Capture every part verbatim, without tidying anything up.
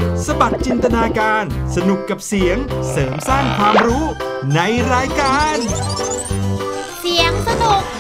สบัดจินตนาการสนุกกับเสียงเสริมสร้างความรู้ในรายการเสียงสนุก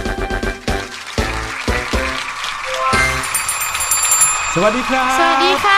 สวัสดีครับสวัสดีค่ะ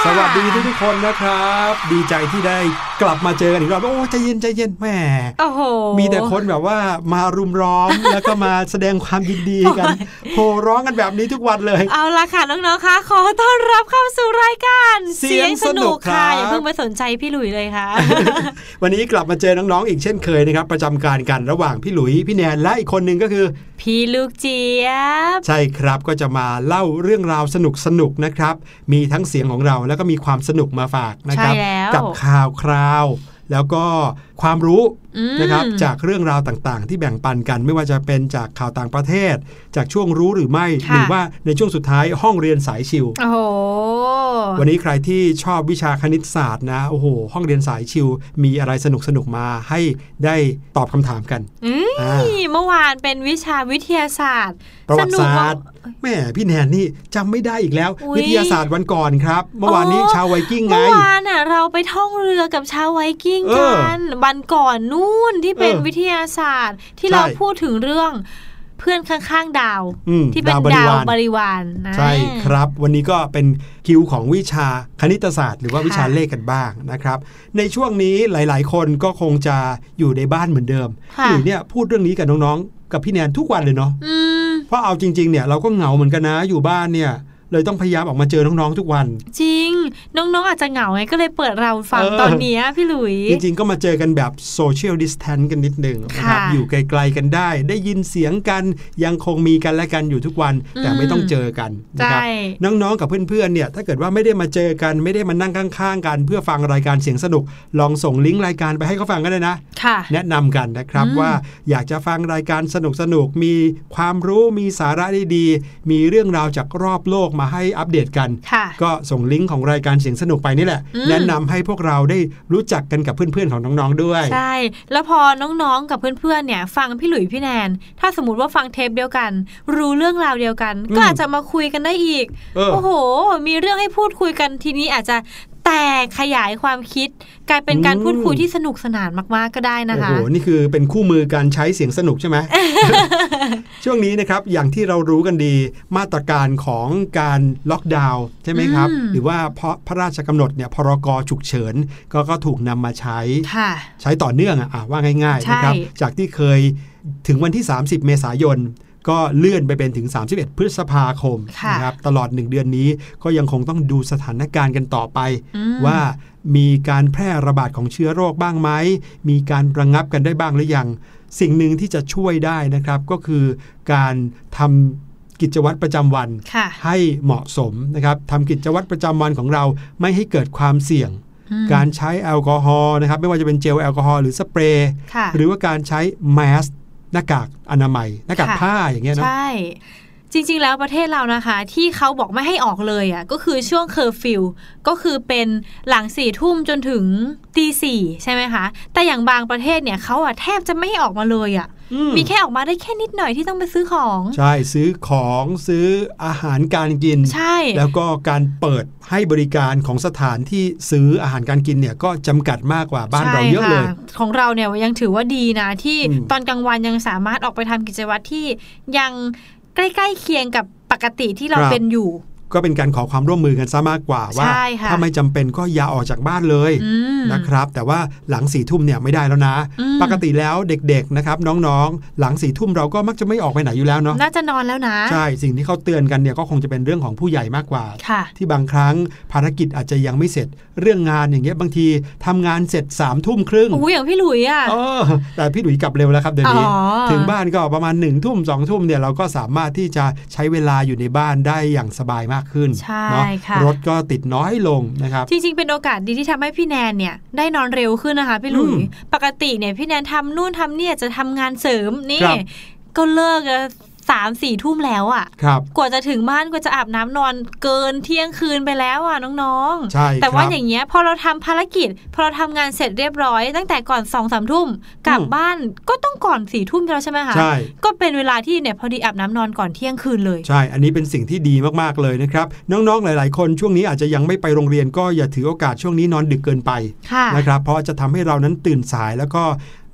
สวัสดีทุกๆคนนะครับดีใจที่ได้กลับมาเจอกันอีกรอบโอ้ใจเย็นใจเย็นแม่โอ้โหมีแต่คนแบบว่ามารุมร้อม แล้วก็มาแสดงความยินดีกันโห่ร้องกันแบบนี้ทุกวันเลยเอาละค่ะน้องๆค่ะขอต้อนรับเข้าสู่รายการเสียงสนุกค่ะอย่าเพิ่งไปสนใจพี่หลุยเลยค่ะวันนี้กลับมาเจอน้องๆอีกเช่นเคยนะครับประจำการกันระหว่างพี่หลุยพี่แนนและอีกคนนึงก็คือพี่ลูกเจี๊ยบใช่ครับก็จะมาเล่าเรื่องราวสนุกสนุกนะครับมีทั้งเสียงของเราแล้วก็มีความสนุกมาฝากนะครับกับข่าวคราวแล้วก็ความรู้นะครับจากเรื่องราวต่างๆที่แบ่งปันกันไม่ว่าจะเป็นจากข่าวต่างประเทศจากช่วงรู้หรือไม่หรือว่าในช่วงสุดท้ายห้องเรียนสายชิวโอ้โหวันนี้ใครที่ชอบวิชาคณิตศาสตร์นะโอ้โหห้องเรียนสายชิวมีอะไรสนุกสนุกมาให้ได้ตอบคำถามกันเมื่อวานเป็นวิชาวิทยาศาสตร์ประวัติศาสตร์แม่พี่แนนนี่จำไม่ได้อีกแล้ววิทยาศาสตร์วันก่อนครับเมื่อวานนี้ชาวไวกิ้งไงเมื่อวานน่ะเราไปท่องเรือกับชาวไวกิ้งกันวันก่อนนู่นที่เป็นวิทยาศาสตร์ที่เราพูดถึงเรื่องเพื่อนข้างๆดาวที่เป็นดาวบริวารใช่ครับวันนี้ก็เป็นคิวของวิชาคณิตศาสตร์หรือว่าวิชาเลขกันบ้างนะครับในช่วงนี้หลายๆคนก็คงจะอยู่ในบ้านเหมือนเดิมหรือเนี่ยพูดเรื่องนี้กับน้องๆกับพี่แนนทุกวันเลยเนาะเพราะเอาจริงๆเนี่ยเราก็เหงาเหมือนกันนะอยู่บ้านเนี่ยเลยต้องพยายามออกมาเจอน้องๆทุกวันจริงน้องๆอาจจะเหงาไงก็เลยเปิดเราฟังตอนนี้พี่หลุยจริงๆก็มาเจอกันแบบโซเชียลดิสแทนซ์กันนิดนึงนะครับอยู่ไกลๆกันได้ได้ยินเสียงกันยังคงมีกันและกันอยู่ทุกวันแต่ไม่ต้องเจอกันนะครับน้องๆกับเพื่อนๆเนี่ยถ้าเกิดว่าไม่ได้มาเจอกันไม่ได้มานั่งข้างๆกันเพื่อฟังรายการเสียงสนุกลองส่งลิงก์รายการไปให้เขาฟังกันเลยนะแนะนำกันนะครับว่าอยากจะฟังรายการสนุกๆมีความรู้มีสาระดีๆมีเรื่องราวจากรอบโลกมาให้อัปเดตกันก็ส่งลิงก์ของรายการเสียงสนุกไปนี่แหละแนะนำให้พวกเราได้รู้จักกันกับเพื่อนๆของน้องๆด้วยใช่แล้วพอน้องๆกับเพื่อนๆเนี่ยฟังพี่หลุยพี่แนนถ้าสมมติว่าฟังเทปเดียวกันรู้เรื่องราวเดียวกันก็อาจจะมาคุยกันได้อีกโอ้โหมีเรื่องให้พูดคุยกันทีนี้อาจจะแต่ขยายความคิดกลายเป็นการพูดคุยที่สนุกสนานมากๆก็ได้นะคะโอ้โหนี่คือเป็นคู่มือการใช้เสียงสนุกใช่ไหม ช่วงนี้นะครับอย่างที่เรารู้กันดีมาตรการของการล็อกดาวน์ใช่ไหมครับหรือว่าเพราะพระราชกำหนดเนี่ยพรกฉุกเฉินก็ก็ถูกนำมาใช้ใช้ต่อเนื่องอ่ะว่าง่ายๆนะครับจากที่เคยถึงวันที่สามสิบเมษายนก็เลื่อนไปเป็นถึงสามสิบเอ็ดพฤษภาคมนะครับตลอดหนึ่งเดือนนี้ก็ยังคงต้องดูสถานการณ์กันต่อไปว่ามีการแพร่ระบาดของเชื้อโรคบ้างไหมมีการระงับกันได้บ้างหรือยังสิ่งหนึ่งที่จะช่วยได้นะครับก็คือการทำกิจวัตรประจำวันให้เหมาะสมนะครับทำกิจวัตรประจำวันของเราไม่ให้เกิดความเสี่ยงการใช้แอลกอฮอล์นะครับไม่ว่าจะเป็นเจลแอลกอฮอล์หรือสเปรย์หรือว่าการใช้แมสหน้ากากอนามัยหน้ากากผ้าอย่างเงี้ยเนาะใช่จริงๆแล้วประเทศเรานะคะที่เขาบอกไม่ให้ออกเลยอ่ะก็คือช่วงเคอร์ฟิวก็คือเป็นหลังสี่ทุ่มจนถึงตีสี่ใช่ไหมคะแต่อย่างบางประเทศเนี่ยเขาอ่ะแทบจะไม่ให้ออกมาเลยอ่ะมีแค่ออกมาได้แค่นิดหน่อยที่ต้องไปซื้อของใช่ซื้อของซื้ออาหารการกินใช่แล้วก็การเปิดให้บริการของสถานที่ซื้ออาหารการกินเนี่ยก็จำกัดมากกว่าบ้านเราเยอะเลยของเราเนี่ยยังถือว่าดีนะที่ตอนกลางวันยังสามารถออกไปทำกิจวัตรที่ยังใกล้ๆเคียงกับปกติที่เราเป็นอยู่ก็เป็นการขอความร่วมมือกันซะมากกว่าว่าถ้าไม่จำเป็นก็อย่าออกจากบ้านเลยนะครับแต่ว่าหลังสี่ทุ่มเนี่ยไม่ได้แล้วนะปกติแล้วเด็กๆนะครับน้องๆหลังสี่ทุ่มเราก็มักจะไม่ออกไปไหนอยู่แล้วเนาะน่าจะนอนแล้วนะใช่สิ่งที่เขาเตือนกันเนี่ยก็คงจะเป็นเรื่องของผู้ใหญ่มากกว่าที่บางครั้งภารกิจอาจจะยังไม่เสร็จเรื่องงานอย่างเงี้ยบางทีทำงานเสร็จสามทุ่มครึ่งโอ้ยอย่างพี่หลุยอ่ะแต่พี่หลุยกลับเร็วแล้วครับเดี๋ยวนี้ถึงบ้านก็ประมาณหนึ่งทุ่มสองทุ่มเนี่ยเราก็สามารถที่จะใช้เวลาอยู่ในบ้านได้อย่างสบายมากขึ้นเนาะรถก็ติดน้อยลงนะครับจริงๆเป็นโอกาสดีที่ทำให้พี่แนนเนี่ยได้นอนเร็วขึ้นนะคะพี่หลุยปกติเนี่ยพี่แนนทำนู่นทำนี่จะทำงานเสริมนี่ก็เลิกสามสี่ทุ่มแล้วอ่ะกว่าจะถึงบ้านกว่าจะอาบน้ำนอนเกินเที่ยงคืนไปแล้วอ่ะน้องๆใช่แต่ว่าอย่างเงี้ยพอเราทำภารกิจพอเราทำงานเสร็จเรียบร้อยตั้งแต่ก่อนสองสามทุ่มกลับบ้านก็ต้องก่อนสี่ทุ่มแล้วใช่ไหมคะใช่ก็เป็นเวลาที่เนี่ยพอดีอาบน้ำนอนก่อนเที่ยงคืนเลยใช่อันนี้เป็นสิ่งที่ดีมากๆเลยนะครับน้องๆหลายๆคนช่วงนี้อาจจะยังไม่ไปโรงเรียนก็อย่าถือโอกาสช่วงนี้นอนดึกเกินไปนะครับเพราะจะทำให้เรานั้นตื่นสายแล้วก็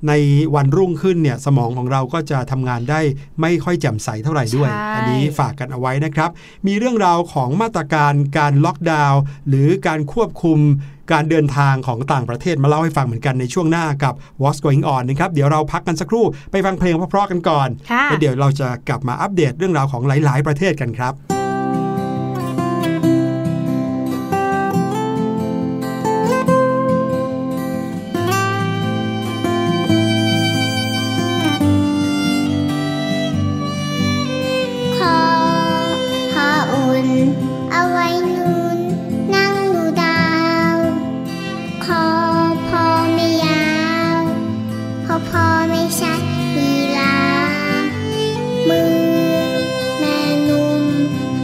ในวันรุ่งขึ้นเนี่ยสมองของเราก็จะทำงานได้ไม่ค่อยแจ่มใสเท่าไหร่ด้วยอันนี้ฝากกันเอาไว้นะครับมีเรื่องราวของมาตรการการล็อกดาวน์หรือการควบคุมการเดินทางของต่างประเทศมาเล่าให้ฟังเหมือนกันในช่วงหน้ากับ What's Going On นะครับเดี๋ยวเราพักกันสักครู่ไปฟังเพลงเพราะๆกันก่อนแล้วเดี๋ยวเราจะกลับมาอัปเดตเรื่องราวของหลายๆประเทศกันครับเอาไว้นูนนั่งดูดาวคอพอไม่ยาวพอพอไม่ชัดลีลามือแม่นุ่ม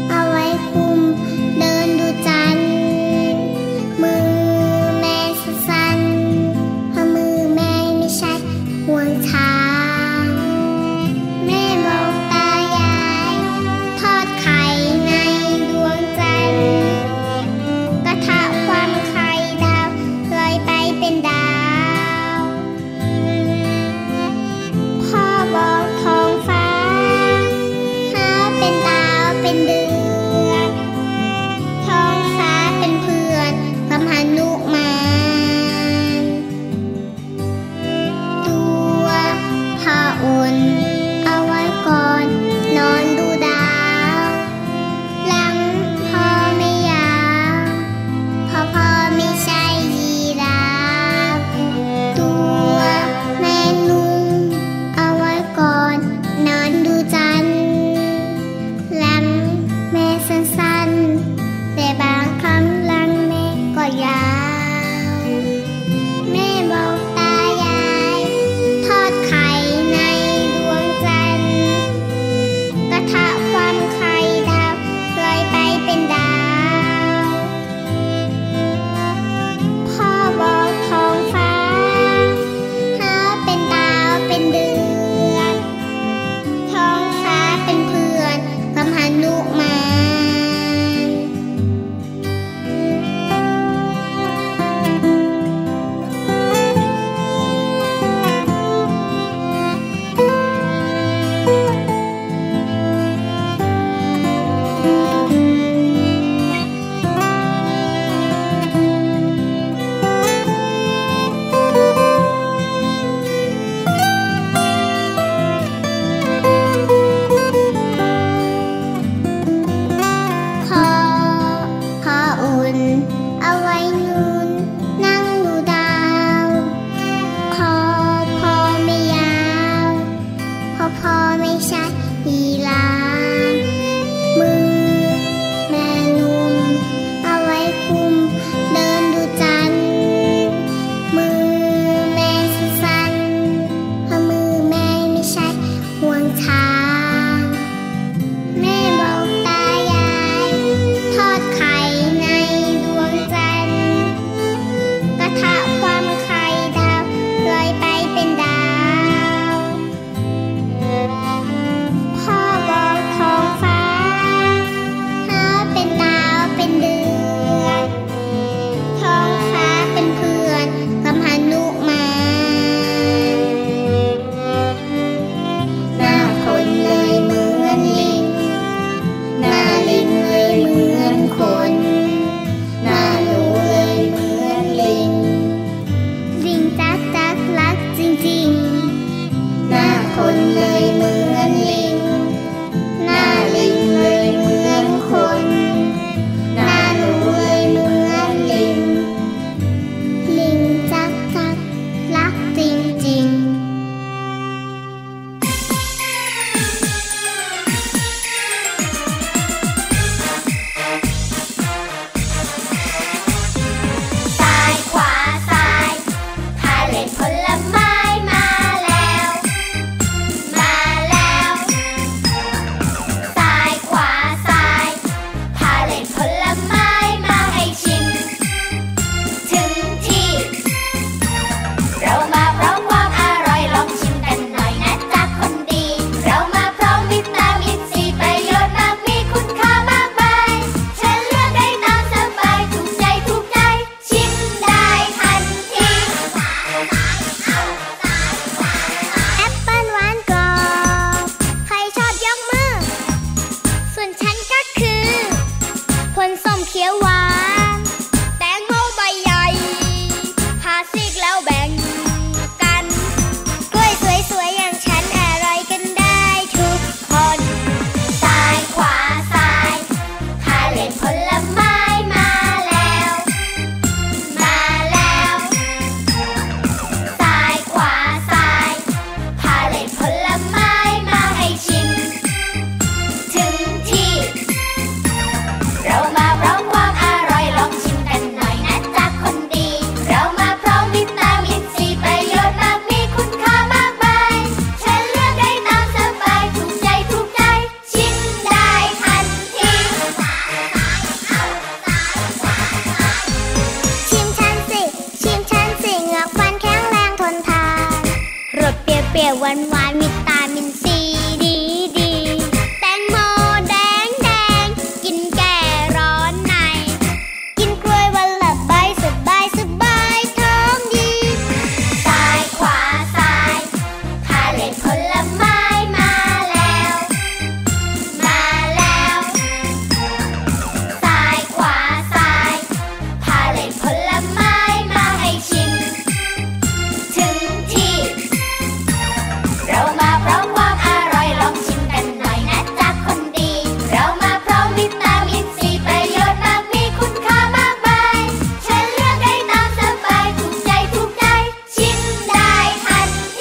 หวานหวานวิตามินซีดีดีแตงโมแดงแดงกินแก้ร้อนในกินกล้วยวันละใบสบายสบายท้องดีซ้ายขวาซ้ายพาเล่นผลไม้มาแล้วมาแล้วซ้ายขวาซ้ายพาเล่นผลไม้มาให้ชิมถึงที่เรามาพร้อมความอร่อยลองชิมกันหน่อยนะจ๊ะคนดีเรามาพร้อมวิตามินซีประโยชน์มากมีคุณค่ามากมายเชิญเลือกได้ตามสบายถูกใจถูกใจชิมได้ทันที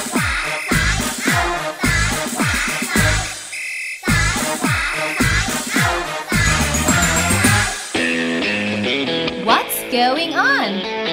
What's going on?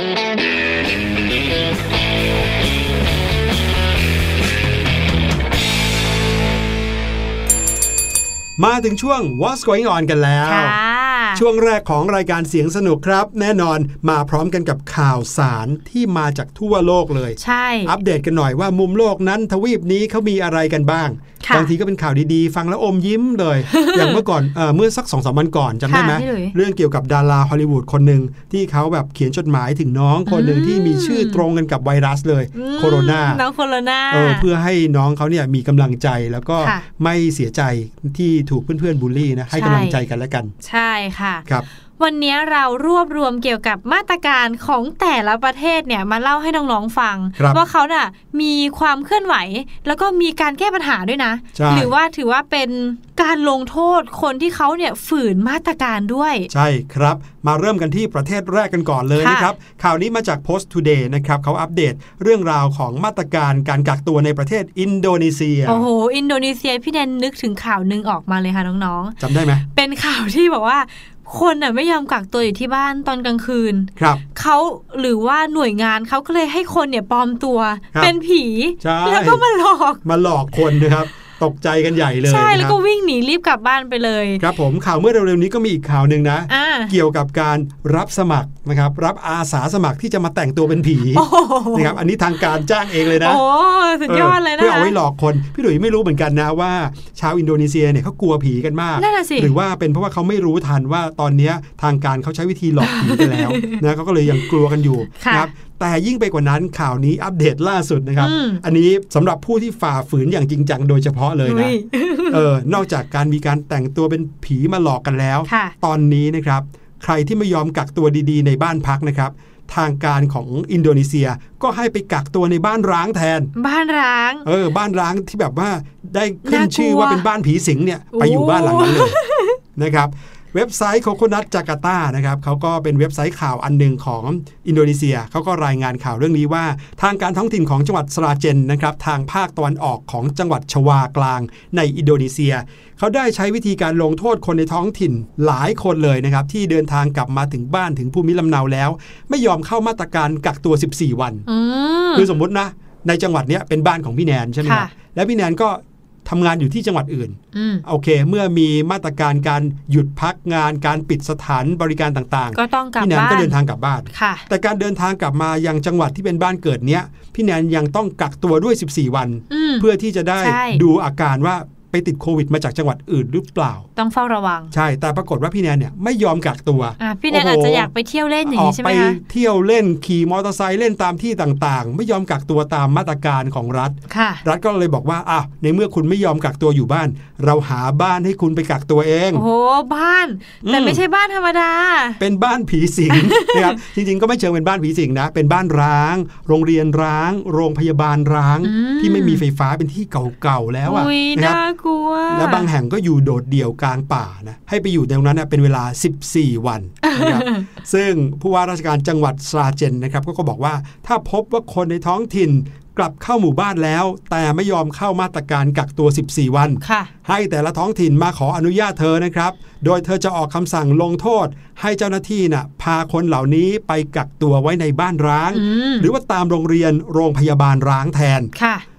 มาถึงช่วง What's Going On กันแล้วค่ะช่วงแรกของรายการเสียงสนุกครับแน่นอนมาพร้อมกันกับข่าวสารที่มาจากทั่วโลกเลยใช่อัปเดตกันหน่อยว่ามุมโลกนั้นทวีปนี้เขามีอะไรกันบ้างบางทีก็เป็นข่าวดีๆฟังแล้วอมยิ้มเลย อย่างเมื่อก่อนเอ่อเมื่อสัก สองสาม วันก่อนจำได้ไหมเรื่องเกี่ยวกับดาราฮอลลีวูดคนหนึ่งที่เขาแบบเขียนจดหมายถึงน้องคนหนึ่งที่มีชื่อตรงกันกับไวรัสเลยโคโรนาน้องโคโรนาเออเพื่อให้น้องเขาเนี่ยมีกำลังใจแล้วก็ไม่เสียใจที่ถูกเพื่อนๆบูลลี่นะให้กำลังใจกันแล้วกันใช่ค่ะครับวันนี้เรารวบรวมเกี่ยวกับมาตรการของแต่ละประเทศเนี่ยมาเล่าให้น้องๆฟังว่าเขาน่ะมีความเคลื่อนไหวแล้วก็มีการแก้ปัญหาด้วยนะหรือว่าถือว่าเป็นการลงโทษคนที่เขาเนี่ยฝืนมาตรการด้วยใช่ครับมาเริ่มกันที่ประเทศแรกกันก่อนเลยนะครับข่าวนี้มาจาก Post Today นะครับเขาอัปเดตเรื่องราวของมาตรการการกักตัวในประเทศอินโดนีเซียโอ้โหอินโดนีเซียพี่แนนนึกถึงข่าวนึงออกมาเลยค่ะน้องๆจำได้ไหมเป็นข่าวที่บอกว่าคนน่ะไม่ยอมกักตัวอยู่ที่บ้านตอนกลางคืนครับเขาหรือว่าหน่วยงานเขาก็เลยให้คนเนี่ยปลอมตัวเป็นผีแล้วก็มาหลอกมาหลอกคนนะครับตกใจกันใหญ่เลยใช่แล้วก็วิ่งหนีรีบกลับบ้านไปเลยครับผมข่าวเมื่อเร็วๆนี้ก็มีอีกข่าวนึงนะเกี่ยวกับการรับสมัครนะครับรับอาสาสมัครที่จะมาแต่งตัวเป็นผีนะครับอันนี้ทางการจ้างเองเลยนะโอ้สุดยอดเลยนะเพื่อเอาไว้หลอกคนพี่หลุยไม่รู้เหมือนกันนะว่าชาวอินโดนีเซียเนี่ยเขากลัวผีกันมากหรือว่าเป็นเพราะว่าเขาไม่รู้ทันว่าตอนนี้ทางการเขาใช้วิธีหลอกผีไปแล้วนะเขาก็เลยยังกลัวกันอยู่นะครับแต่ยิ่งไปกว่านั้นข่าวนี้อัปเดตล่าสุดนะครับ อ, อันนี้สำหรับผู้ที่ฝ่าฝืนอย่างจริงจังโดยเฉพาะเลยนะเออนอกจากการมีการแต่งตัวเป็นผีมาหลอกกันแล้วตอนนี้นะครับใครที่ไม่ยอมกักตัวดีๆในบ้านพักนะครับทางการของอินโดนีเซียก็ให้ไปกักตัวในบ้านร้างแทนบ้านร้างเออบ้านร้างที่แบบว่าได้ขึ้นชื่อว่าเป็นบ้านผีสิงเนี่ยไปอยู่บ้านหลังนั้นเลยนะครับเว็บไซต์โคโคนัทจาการ์ตานะครับเขาก็เป็นเว็บไซต์ข่าวอันหนึ่งของอินโดนีเซียเขาก็รายงานข่าวเรื่องนี้ว่าทางการท้องถิ่นของจังหวัดสราเจนนะครับทางภาคตะวันออกของจังหวัดชวากลางในอินโดนีเซียเขาได้ใช้วิธีการลงโทษคนในท้องถิ่นหลายคนเลยนะครับที่เดินทางกลับมาถึงบ้านถึงภูมิลำเนาแล้วไม่ยอมเข้ามาตรการกักตัวสิบสี่วันคือสมมุตินะในจังหวัดนี้เป็นบ้านของพี่แนนใช่ไหมครับและพี่แนนก็ทำงานอยู่ที่จังหวัดอื่นโอเคเมื่อมีมาตรการการหยุดพักงานการปิดสถานบริการต่างๆก็ต้องกลับบ้านพี่แนนก็เดินทางกลับบ้านแต่การเดินทางกลับมายังจังหวัดที่เป็นบ้านเกิดเนี้ยพี่แนนยังต้องกักตัวด้วยสิบสี่วันเพื่อที่จะได้ดูอาการว่าไปติดโควิดมาจากจังหวัดอื่นหรือเปล่าต้องเฝ้าระวังใช่แต่ปรากฏว่าพี่แนนเนี่ยไม่ยอมกักตัวพี่แนนอาจจะอยากไปเที่ยวเล่นอย่างนี้ใช่ไหมคะออกไปเที่ยวเล่นขี่มอเตอร์ไซค์เล่นตามที่ต่างๆไม่ยอมกักตัวตามมาตรการของรัฐรัฐก็เลยบอกว่าอ้าวในเมื่อคุณไม่ยอมกักตัวอยู่บ้านเราหาบ้านให้คุณไปกักตัวเองโอ้โหบ้านแต่ไม่ใช่บ้านธรรมดาเป็นบ้านผีสิงนะครับจริงๆก็ไม่เชิงเป็นบ้านผีสิงนะเป็นบ้านร้างโรงเรียนร้างโรงพยาบาลร้างที่ไม่มีไฟฟ้าเป็นที่เก่าๆแล้วอ่ะนะครับน่ากลัวและบางแห่งก็อยู่โดดเดี่ยวกลางป่านะให้ไปอยู่ตรงนั้นเป็นเวลาสิบสี่วันนะครับ ซึ่งผู้ว่าราชการจังหวัดสราเจนนะครับก็บอกว่าถ้าพบว่าคนในท้องถิ่นกลับเข้าหมู่บ้านแล้วแต่ไม่ยอมเข้ามาตรการกักตัวสิบสี่วันให้แต่ละท้องถิ่นมาขออนุญาตเธอนะครับโดยเธอจะออกคำสั่งลงโทษให้เจ้าหน้าที่น่ะพาคนเหล่านี้ไปกักตัวไว้ในบ้านร้างหรือว่าตามโรงเรียนโรงพยาบาลร้างแทน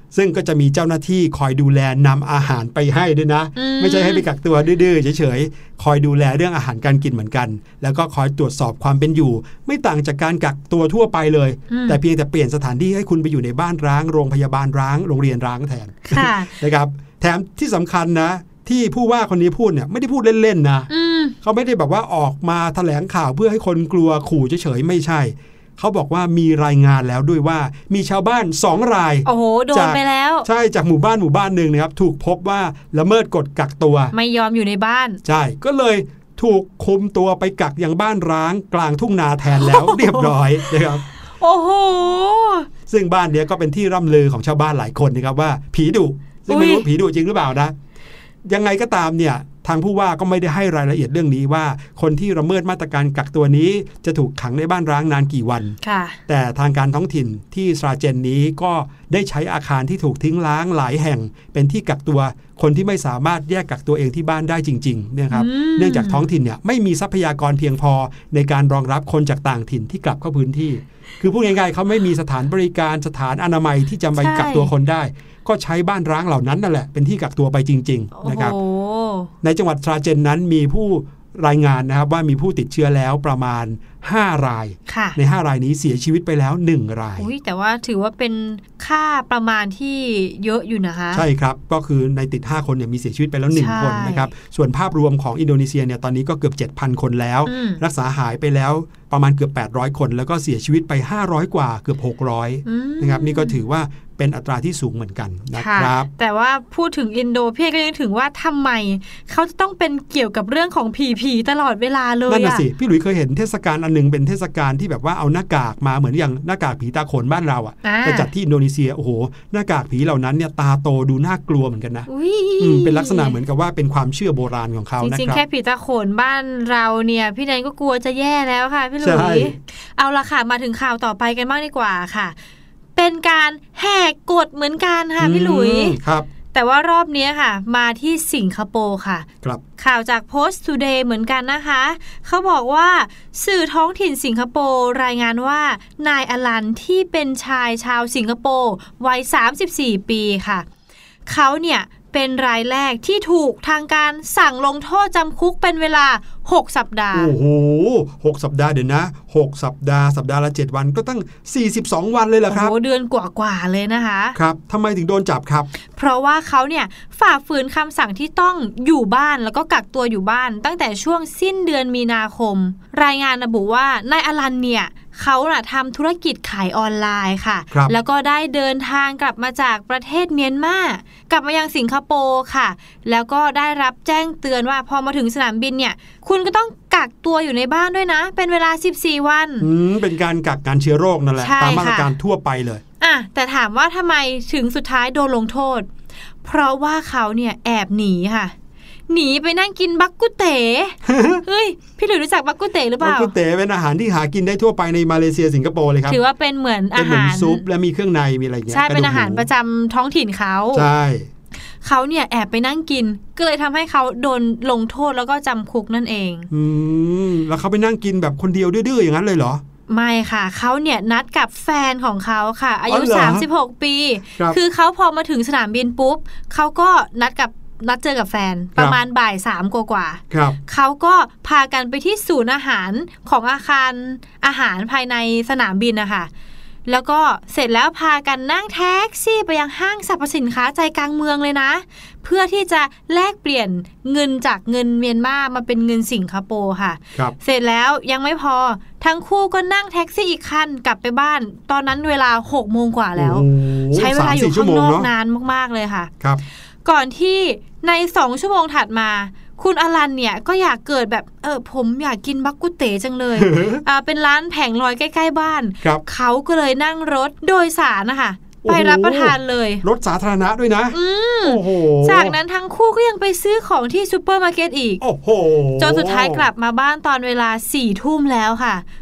ซึ่งก็จะมีเจ้าหน้าที่คอยดูแลนำอาหารไปให้ด้วยนะไม่ใช่ให้ไปกักตัวดื้อๆเฉยๆคอยดูแลเรื่องอาหารการกินเหมือนกันแล้วก็คอยตรวจสอบความเป็นอยู่ไม่ต่างจากการกักตัวทั่วไปเลยแต่เพียงแต่เปลี่ยนสถานที่ให้คุณไปอยู่ในบ้านร้างโรงพยาบาลร้างโรงเรียนร้างแทน นะครับแถมที่สำคัญนะที่ผู้ว่าคนนี้พูดเนี่ยไม่ได้พูดเล่นๆนะเขาไม่ได้แบบว่าออกมาแถลงข่าวเพื่อให้คนกลัวขู่เฉยๆไม่ใช่เขาบอกว่ามีรายงานแล้วด้วยว่ามีชาวบ้านสองรายโอ้โหโดนไปแล้วใช่จากหมู่บ้านหมู่บ้านหนึ่งนะครับถูกพบว่าละเมิดกฎกักตัวไม่ยอมอยู่ในบ้านใช่ก็เลยถูกคุมตัวไปกักยังบ้านร้างกลางทุ่งนาแทนแล้ว เรียบร้อยนะครับโอ้โหซึ่งบ้านเนี้ยก็เป็นที่ร่ำลือของชาวบ้านหลายคนนะครับว่าผีดุซึ่งไม่รู้ผีดุจริงหรือเปล่านะยังไงก็ตามเนี่ยทางผู้ว่าก็ไม่ได้ให้รายละเอียดเรื่องนี้ว่าคนที่ละเมิดมาตรการกักตัวนี้จะถูกขังในบ้านร้างนานกี่วันแต่ทางการท้องถิ่นที่สราเจนนี้ก็ได้ใช้อาคารที่ถูกทิ้งร้างหลายแห่งเป็นที่กักตัวคนที่ไม่สามารถแยกกักตัวเองที่บ้านได้จริงๆนะครับเนื่องจากท้องถิ่นเนี่ยไม่มีทรัพยากรเพียงพอในการรองรับคนจากต่างถิ่นที่กลับเข้าพื้นที่คือพูดง่ายๆเขาไม่มีสถานบริการสถานอนามัยที่จะไปกักตัวคนได้ก็ใช้บ้านร้างเหล่านั้นนั่นแหละเป็นที่กักตัวไปจริงๆนะครับในจังหวัดทราเจนนั้นมีผู้รายงานนะครับว่ามีผู้ติดเชื้อแล้วประมาณห้ารายในห้ารายนี้เสียชีวิตไปแล้วหนึ่งรายอุ๊ยแต่ว่าถือว่าเป็นค่าประมาณที่เยอะอยู่นะคะใช่ครับก็คือในติดห้าคนเนี่ยมีเสียชีวิตไปแล้วหนึ่งคนนะครับส่วนภาพรวมของอินโดนีเซียเนี่ยตอนนี้ก็เกือบ เจ็ดพัน คนแล้วรักษาหายไปแล้วประมาณเกือบแปดร้อยคนแล้วก็เสียชีวิตไปห้าร้อยกว่าเกือบหกร้อยนะครับนี่ก็ถือว่าเป็นอัตราที่สูงเหมือนกันนะครับแต่ว่าพูดถึงอินโดพี่ก็ยังถึงว่าทำไมเขาจะต้องเป็นเกี่ยวกับเรื่องของผีผีตลอดเวลาเลยนั่นน่ะสิพี่หลุยเคยเห็นเทศกาลอันนึงเป็นเทศกาลที่แบบว่าเอาหน้ากากมาเหมือนอย่างหน้ากากผีตาโขนบ้านเราอ่ะแต่จัดที่อินโดนีเซียโอ้โหหน้ากากผีเหล่านั้นเนี่ยตาโตดูน่ากลัวเหมือนกันนะเป็นลักษณะเหมือนกับว่าเป็นความเชื่อโบราณของเขานะครับจริงๆแค่ผีตาโขนบ้านเราเนี่ยพี่แดนก็กลัวจะแย่แล้วค่ะพี่หลุยเอาละค่ะมาถึงข่าวต่อไปกันบ้างดีกว่าค่ะเป็นการแหกกฎเหมือนกันค่ะพี่หลุยครับแต่ว่ารอบนี้ค่ะมาที่สิงคโปร์ค่ะครับข่าวจาก Post Today เหมือนกันนะคะเขาบอกว่าสื่อท้องถิ่นสิงคโปร์รายงานว่านายอลันที่เป็นชายชาวสิงคโปร์วัยสามสิบสี่ปีค่ะเขาเนี่ยเป็นรายแรกที่ถูกทางการสั่งลงโทษจำคุกเป็นเวลาหกสัปดาห์โอ้โหหกสัปดาห์เดี๋ยวนะหกสัปดาห์สัปดาห์ละเจ็ดวันก็ตั้งสี่สิบสองวันเลยเหรอครับโอ้เดือนกว่าๆเลยนะคะครับทำไมถึงโดนจับครับเพราะว่าเขาเนี่ยฝ่าฝืนคำสั่งที่ต้องอยู่บ้านแล้วก็กักตัวอยู่บ้านตั้งแต่ช่วงสิ้นเดือนมีนาคมรายงานระบุว่านายอลันเนี่ยเขาน่ะทำธุรกิจขายออนไลน์ค่ะแล้วก็ได้เดินทางกลับมาจากประเทศเมียนมากลับมายังสิงคโปร์ค่ะแล้วก็ได้รับแจ้งเตือนว่าพอมาถึงสนามบินเนี่ยคุณก็ต้องกักตัวอยู่ในบ้านด้วยนะเป็นเวลาสิบสี่วันอืมเป็นการกักกันเชื้อโรคนั่นแหละตามมาตรการทั่วไปเลยอ่ะแต่ถามว่าทำไมถึงสุดท้ายโดนลงโทษเพราะว่าเขาเนี่ยแอบหนีค่ะหนีไปนั่งกินบักกุเต๋ เฮ้ยพี่หลุยรู้จักบักกุเต๋หรือเปล่าบักกุเต๋เป็นอาหารที่หากินได้ทั่วไปในมาเลเซียสิงคโปร์เลยครับถือว่าเป็นเหมือนอาหารซุปและมีเครื่องในมีอะไรอย่างเงี้ยใช่เป็นอาหารประจำท้องถิ่นเขาใช่เขาเนี่ยแอบไปนั่งกินก็เลยทำให้เขาโดนลงโทษแล้วก็จำคุกนั่นเองอืมแล้วเขาไปนั่งกินแบบคนเดียวดื้อๆอย่างนั้นเลยเหรอไม่ค่ะเขาเนี่ยนัดกับแฟนของเขาค่ะอายุสามสิบหกปีคือเขาพอมาถึงสนามบินปุ๊บเขาก็นัดกับนัดเจอกับแฟนประมาณบ่ายสามกว่าๆเขาก็พากันไปที่ศูนย์อาหารของอาคารอาหารภายในสนามบินนะคะแล้วก็เสร็จแล้วพากันนั่งแท็กซี่ไปยังห้างสรรพสินค้าใจกลางเมืองเลยนะเพื่อที่จะแลกเปลี่ยนเงินจากเงินเมียนมามาเป็นเงินสิงคโปร์ค่ะเสร็จแล้วยังไม่พอทั้งคู่ก็นั่งแท็กซี่อีกคันกลับไปบ้านตอนนั้นเวลาหกโมงกว่าแล้วใช้เวลาอยู่ข้างนอกนานมากๆเลยค่ะก่อนที่ในสองชั่วโมงถัดมาคุณอลันเนี่ยก็อยากเกิดแบบเออผมอยากกินบักกุเต๋จังเลย อ่าเป็นร้านแผงลอยใกล้ๆบ้านเขาก็เลยนั่งรถโดยสารนะคะไปรับประทานเลยรถสาธารณะด้วยนะโอ้โหจากนั้นทั้งคู่ก็ยังไปซื้อของที่ซูเปอร์มาร์เก็ตอีกโอ้โหจนสุดท้ายกลับมาบ้านตอนเวลาสี่ทุ่มแล้วค่ะ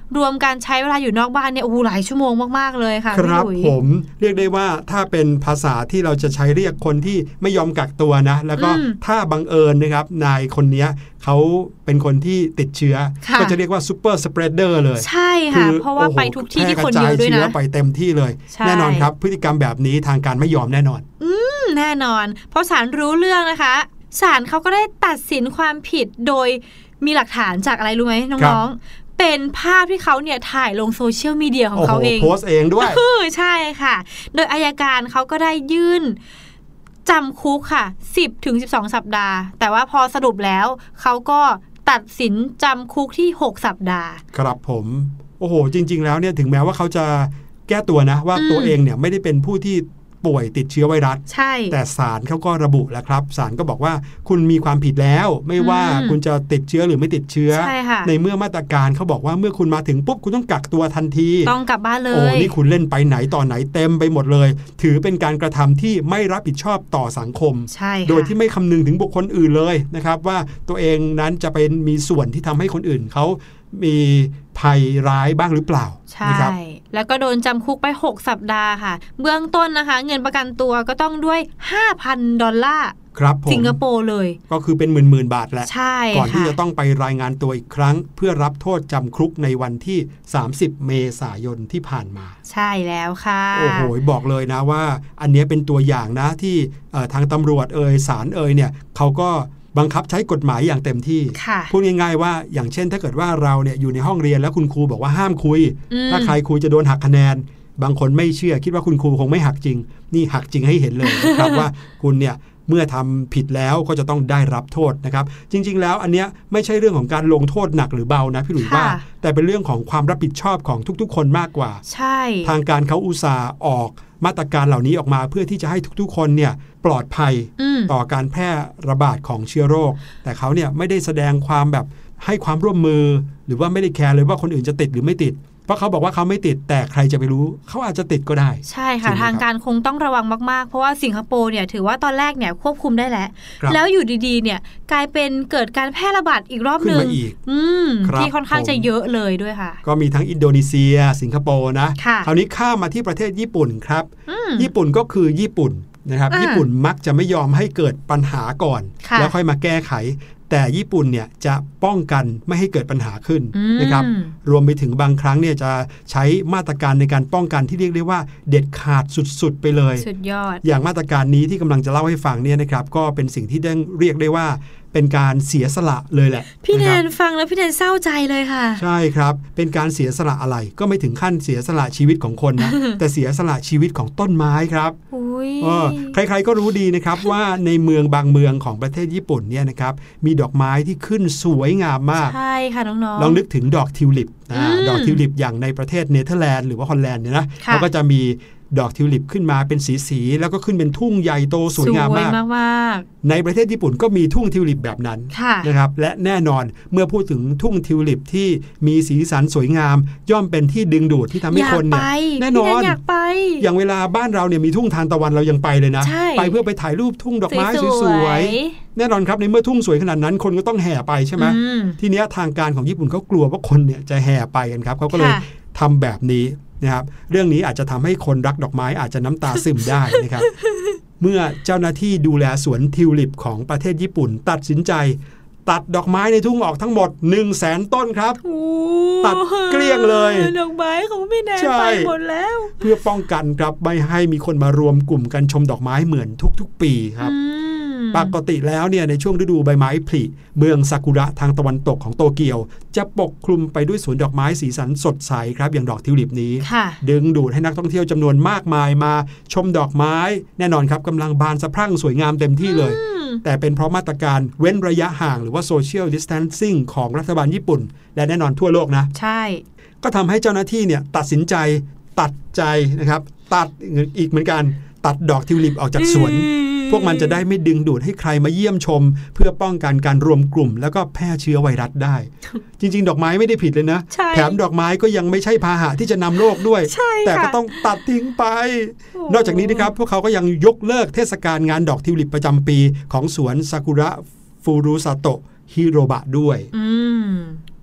รวมการใช้เวลาอยู่นอกบ้านเนี่ยโอ้โหหลายชั่วโมงมากๆเลยค่ะครับผมเรียกได้ว่าถ้าเป็นภาษาที่เราจะใช้เรียกคนที่ไม่ยอมกักตัวนะแล้วก็ถ้าบังเอิญนะครับนายคนนี้เขาเป็นคนที่ติดเชื้อก็จะเรียกว่าซูเปอร์สเปรดเดอร์เลยใช่ค่ะเพราะว่าไปทุกที่ที่คนเยอะด้วยนะไปเต็มที่เลยแน่นอนครับพฤติกรรมแบบนี้ทางการไม่ยอมแน่นอนอืมแน่นอนเพราะศาลรู้เรื่องนะคะศาลเขาก็ได้ตัดสินความผิดโดยมีหลักฐานจากอะไรรู้ไหมน้องๆเป็นภาพที่เขาเนี่ยถ่ายลงโซเชียลมีเดียของเขาเองโพสเองด้วยใช่ค่ะโดยอัยการเขาก็ได้ยื่นจำคุกค่ะ สิบถึงสิบสอง สัปดาห์แต่ว่าพอสรุปแล้วเขาก็ตัดสินจำคุกที่หกสัปดาห์ครับผมโอ้โหจริงๆแล้วเนี่ยถึงแม้ว่าเขาจะแก้ตัวนะว่าตัวเองเนี่ยไม่ได้เป็นผู้ที่ป่วยติดเชื้อไวรัสใช่แต่ศาลเขาก็ระบุแล้วครับศาลก็บอกว่าคุณมีความผิดแล้วไม่ว่าคุณจะติดเชื้อหรือไม่ติดเชื้อใ, ในเมื่อมาตรการเขาบอกว่าเมื่อคุณมาถึงปุ๊บคุณต้องกักตัวทันทีต้องกลับบ้านเลยโอ้นี่คุณเล่นไปไหนต่อไหนเต็มไปหมดเลยถือเป็นการกระทำที่ไม่รับผิดชอบต่อสังคมโดยที่ไม่คำนึงถึงบุคคลอื่นเลยนะครับว่าตัวเองนั้นจะเป็นมีส่วนที่ทำให้คนอื่นเขามีภัยร้ายบ้างหรือเปล่าใช่แล้วก็โดนจำคุกไปหกสัปดาห์ค่ะเบื้องต้นนะคะเงินประกันตัวก็ต้องด้วย ห้าพัน ดอลลาร์สิงคโปร์เลยก็คือเป็นหมื่นๆบาทแหละก่อนที่จะต้องไปรายงานตัวอีกครั้งเพื่อรับโทษจำคุกในวันที่สามสิบเมษายนที่ผ่านมาใช่แล้วค่ะโอ้โหบอกเลยนะว่าอันนี้เป็นตัวอย่างนะที่ทางตำรวจเอ่ยศาลเอ่ยเนี่ยเขาก็บังคับใช้กฎหมายอย่างเต็มที่พูดง่ายๆว่าอย่างเช่นถ้าเกิดว่าเราเนี่ยอยู่ในห้องเรียนแล้วคุณครูบอกว่าห้ามคุยถ้าใครคุยจะโดนหักคะแนนบางคนไม่เชื่อคิดว่าคุณครูคงไม่หักจริงนี่หักจริงให้เห็นเลยนะครับ ว่าคุณเนี่ยเมื่อทำผิดแล้วก็จะต้องได้รับโทษนะครับจริงๆแล้วอันเนี้ยไม่ใช่เรื่องของการลงโทษหนักหรือเบานะพี่หลุยว่าแต่เป็นเรื่องของความรับผิดชอบของทุกๆคนมากกว่าใช่ทางการเขาอุตส่าห์ออกมาตรการเหล่านี้ออกมาเพื่อที่จะให้ทุกๆคนเนี่ยปลอดภัยต่อการแพร่ระบาดของเชื้อโรคแต่เขาเนี่ยไม่ได้แสดงความแบบให้ความร่วมมือหรือว่าไม่ได้แคร์เลยว่าคนอื่นจะติดหรือไม่ติดเพราะเขาบอกว่าเขาไม่ติดแต่ใครจะไปรู้เขาอาจจะติดก็ได้ใช่ค่ะทางการคงต้องระวังมากๆเพราะว่าสิงคโปร์เนี่ยถือว่าตอนแรกเนี่ยควบคุมได้แล้วแล้วอยู่ดีๆเนี่ยกลายเป็นเกิดการแพร่ระบาดอีกรอบนึงที่ค่อนข้างจะเยอะเลยด้วยค่ะก็มีทั้งอินโดนีเซียสิงคโปร์นะคราวนี้ข้ามมาที่ประเทศญี่ปุ่นครับญี่ปุ่นก็คือญี่ปุ่นนะครับญี่ปุ่นมักจะไม่ยอมให้เกิดปัญหาก่อนแล้วค่อยมาแก้ไขแต่ญี่ปุ่นเนี่ยจะป้องกันไม่ให้เกิดปัญหาขึ้นนะครับรวมไปถึงบางครั้งเนี่ยจะใช้มาตรการในการป้องกันที่เรียกได้ว่าเด็ดขาดสุดๆไปเลยสุดยอดอย่างมาตรการนี้ที่กำลังจะเล่าให้ฟังเนี่ยนะครับก็เป็นสิ่งที่ได้เรียกได้ว่าเป็นการเสียสละเลยแหละพี่แนนฟังแล้วพี่แนนเศร้าใจเลยค่ะใช่ครับเป็นการเสียสละอะไรก็ไม่ถึงขั้นเสียสละชีวิตของคนนะ แต่เสียสละชีวิตของต้นไม้ครับใครๆก็รู้ดีนะครับว่าในเมืองบางเมืองของประเทศญี่ปุ่นเนี่ยนะครับมีดอกไม้ที่ขึ้นสวยงามมากใช่ค่ะน้องๆลองนึกถึงดอกทิวลิปดอกทิวลิปอย่างในประเทศเนเธอร์แลนด์หรือว่าฮอลแลนด์เนี่ยนะเขาก็จะมีดอกทิวลิปขึ้นมาเป็นสีๆแล้วก็ขึ้นเป็นทุ่งใหญ่โตสวยงามมากในประเทศญี่ปุ่นก็มีทุ่งทิวลิปแบบนั้นนะครับและแน่นอนเมื่อพูดถึงทุ่งทิวลิปที่มีสีสันสวยงามย่อมเป็นที่ดึงดูดที่ทำให้คนเนี่ยแน่นอนอยากไปอย่างเวลาบ้านเราเนี่ยมีทุ่งทานตะวันเรายังไปเลยนะไปเพื่อไปถ่ายรูปทุ่งดอกไม้สวยๆแน่นอนครับในเมื่อทุ่งสวยขนาดนั้นคนก็ต้องแห่ไปใช่ไหมทีนี้ทางการของญี่ปุ่นเขากลัวว่าคนเนี่ยจะแห่ไปกันครับเขาก็เลยทำแบบนี้นะครับเรื่องนี้อาจจะทำให้คนรักดอกไม้อาจจะน้ำตาซึมได้นะครับ เมื่อเจ้าหน้าที่ดูแลสวนทิวลิปของประเทศญี่ปุ่นตัดสินใจตัดดอกไม้ในทุ่งออกทั้งหมด หนึ่งแสน ต้นครับตัดเกลี้ยงเลยดอกไม้ของพี่แนนไปหมดแล้วเพื่อป้องกันครับไม่ให้มีคนมารวมกลุ่มกันชมดอกไม้เหมือนทุกๆปีครับปกติแล้วเนี่ยในช่วงฤดูใบไม้ผลิเมืองซากุระทางตะวันตกของโตเกียวจะปกคลุมไปด้วยสวนดอกไม้สีสันสดใสครับอย่างดอกทิวลิปนี้ดึงดูดให้นักท่องเที่ยวจำนวนมากมายมาชมดอกไม้แน่นอนครับกำลังบานสะพรั่งสวยงามเต็มที่เลยแต่เป็นเพราะมาตรการเว้นระยะห่างหรือว่า social distancing ของรัฐบาลญี่ปุ่นและแน่นอนทั่วโลกนะใช่ก็ทำให้เจ้าหน้าที่เนี่ยตัดสินใจตัดใจนะครับตัดอีกเหมือนกันตัดดอกทิวลิปออกจากสวนพวกมันจะได้ไม่ดึงดูดให้ใครมาเยี่ยมชมเพื่อป้องกันการรวมกลุ่มแล้วก็แพร่เชื้อไวรัสได้ จริงๆดอกไม้ไม่ได้ผิดเลยนะแถมดอกไม้ก็ยังไม่ใช่พาหะที่จะนำโรคด้วยแต่ก็ต้องตัดทิ้งไปนอกจากนี้นะครับพวกเขาก็ยังยกเลิกเทศกาลงานดอกทิวลิปประจำปีของสวนซากุระฟูรุซาโตะฮิโรบะด้วย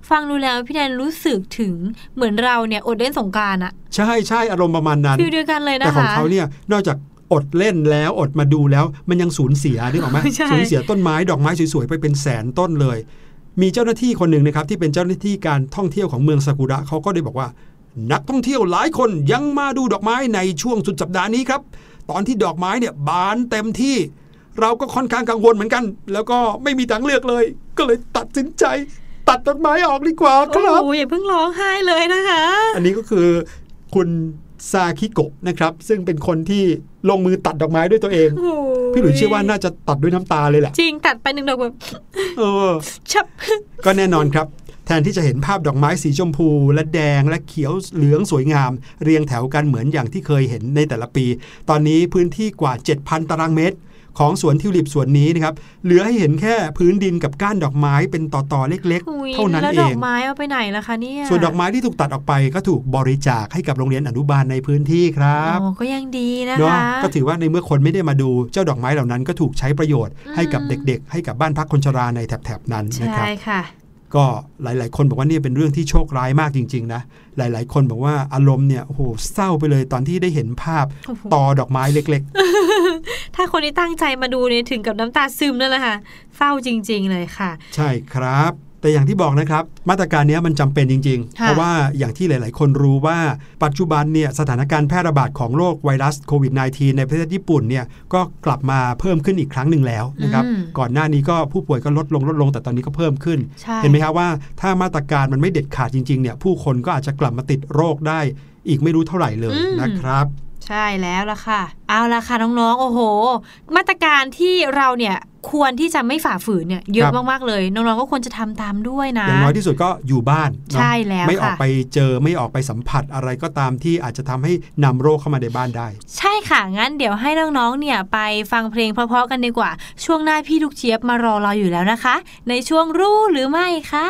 ฟังดูแล้วพี่แนนรู้สึกถึงเหมือนเราเนี่ยอดเล่นสงกรานต์อะใช่ใช่อารมณ์ประมาณนั้นฟิลเดียวกันเลยนะคะแต่ของเขาเนี่ยนอกจากอดเล่นแล้วอดมาดูแล้วมันยังสูญเสียนึกออกไหม สูญเสียต้นไม้ดอกไม้สวยๆไปเป็นแสนต้นเลยมีเจ้าหน้าที่คนหนึ่งนะครับที่เป็นเจ้าหน้าที่การท่องเที่ยวของเมืองซากุระเขาก็ได้บอกว่านักท่องเที่ยวหลายคนยังมาดูดอกไม้ในช่วงสุดสัปดาห์นี้ครับตอนที่ดอกไม้เนี่ยบานเต็มที่เราก็ค่อนข้างกังวลเหมือนกันแล้วก็ไม่มีทางเลือกเลยก็เลยตัดสินใจตัดดอกไม้ออกดีกว่าครับโอ้ยอย่าเพิ่งร้องไห้เลยนะคะอันนี้ก็คือคุณซาคิโกะนะครับซึ่งเป็นคนที่ลงมือตัดดอกไม้ด้วยตัวเองพี่หลุยเชื่อว่าน่าจะตัดด้วยน้ำตาเลยแหละจริงตัดไปหนึ่งดอกแบบเออชับก็แน่นอนครับแทนที่จะเห็นภาพดอกไม้สีชมพูและแดงและเขียวเหลืองสวยงามเรียงแถวกันเหมือนอย่างที่เคยเห็นในแต่ละปีตอนนี้พื้นที่กว่า เจ็ดพัน ตารางเมตรของสวนทิวลิปสวนนี้นะครับเหลือให้เห็นแค่พื้นดินกับก้านดอกไม้เป็นต่อๆเล็กๆเท่านั้นเองแล้วดอกไม้เอาไปไหนล่ะคะเนี่ยส่วนดอกไม้ที่ถูกตัดออกไปก็ถูกบริจาคให้กับโรงเรียนอนุบาลในพื้นที่ครับโอ้ก็ยังดีนะคะก็ถือว่าในเมื่อคนไม่ได้มาดูเจ้าดอกไม้เหล่านั้นก็ถูกใช้ประโยชน์ให้กับเด็กๆให้กับบ้านพักคนชราในแถบๆนั้นนะครับใช่ค่ะก็หลายๆคนบอกว่านี่เป็นเรื่องที่โชคร้ายมากจริงๆนะหลายๆคนบอกว่าอารมณ์เนี่ยโอ้โหเศร้าไปเลยตอนที่ได้เห็นภาพตอดอกไม้เล็กๆถ้าคนที่ตั้งใจมาดูเนี่ยถึงกับน้ำตาซึมนั่นแหละค่ะเศร้าจริงๆเลยค่ะใช่ครับแต่อย่างที่บอกนะครับมาตรการนี้มันจำเป็นจริงๆเพราะว่าอย่างที่หลายๆคนรู้ว่าปัจจุบันเนี่ยสถานการณ์แพร่ระบาดของโรคไวรัสโควิด สิบเก้า ในประเทศญี่ปุ่นเนี่ยก็กลับมาเพิ่มขึ้นอีกครั้งหนึ่งแล้วนะครับก่อนหน้านี้ก็ผู้ป่วยก็ลดลงลดลงแต่ตอนนี้ก็เพิ่มขึ้นเห็นไหมครับว่าถ้ามาตรการมันไม่เด็ดขาดจริงๆเนี่ยผู้คนก็อาจจะกลับมาติดโรคได้อีกไม่รู้เท่าไหร่เลยนะครับใช่แล้วล่ะค่ะเอาล่ะค่ะน้องๆโอ้โหมาตรการที่เราเนี่ยควรที่จะไม่ฝ่าฝืนเนี่ยเยอะมากๆเลยน้องๆก็ควรจะทำตามด้วยนะอย่างน้อยที่สุดก็อยู่บ้านใช่แล้วไม่ออกไปเจอไม่ออกไปสัมผัสอะไรก็ตามที่อาจจะทำให้นำโรคเข้ามาในบ้านได้ใช่ค่ะงั้นเดี๋ยวให้น้องๆเนี่ยไปฟังเพลงเพราะๆกันดีกว่าช่วงหน้าพี่ลูกเจี๊ยบมารอเราอยู่แล้วนะคะในช่วงรู้หรือไม่ค่ะ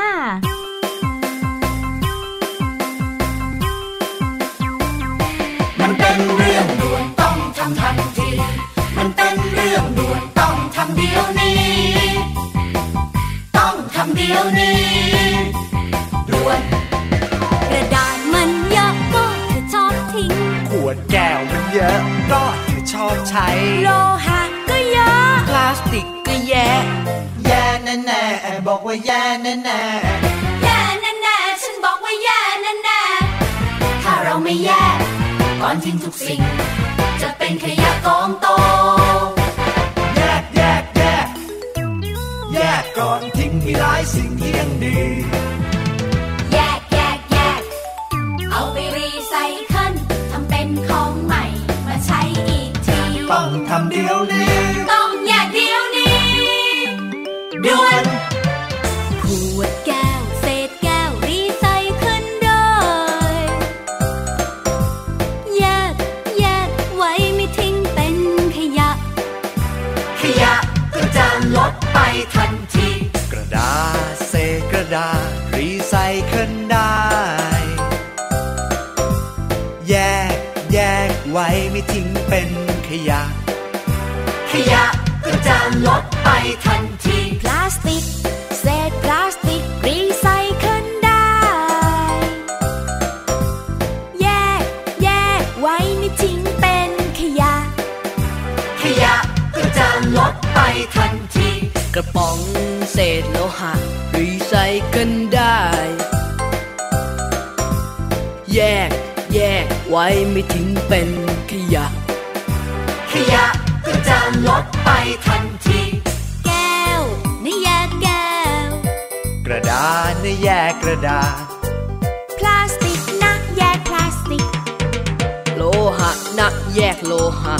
มันเป็นเรื่องด่วนต้องทำทันทีมันเป็นเรื่องด่วนต้องทำเดี๋ยวนี้ต้องทำเดี๋ยวนี้ด่วนกระดาษมันเยอะก็เธอชอบทิ้งขวดแก้วมันเยอะก็เธอชอบใช้โลหะก็เยอะพลาสติกก็แย่แย่แน่แน่บอกว่าแย่แน่แน่แย่แน่แน่ฉันบอกว่าแย่แน่แน่ถ้าเราไม่แย่ก่อนทิ้งทุกสิ่งจะเป็นขยะกองโตแยกแยกแยกแยกก่อนทิ้งมีหลายสิ่งที่ยังดีแยกแยกแยกเอาไปรีไซเคิลทำเป็นของใหม่มาใช้อีกทีต้องทำเดี๋ยวนี้ต้องแยกเดี๋ยวนี้ด่วนขวดแก้วเศษแก้วรีไซเคิลได้แยกแยกไว้ไม่ทิ้งเป็นขยะขยะก็จะลดไปทันทีกระดาษเศษกระดาษรีไซเคิลได้แยกแยกไว้ไม่ทิ้งเป็นขยะขยะก็จะลดไปทันทีพลาสติกเศษพลาสติกรีไซเคิลได้แยกแยกไว้ไม่ทิ้งเป็นขยะขยะก็จะลดไปทันทีกระป๋องเศษโลหะรีไซเคิลได้แยกแยกไว้ไม่ทิ้งเป็นขยะขยะก็จะลดไปทันทีแก้วนี่แยกแก้วกระดาษนี่แยกกระดาษพลาสติกนะแยกพลาสติกโลหะนะแยกโลหะ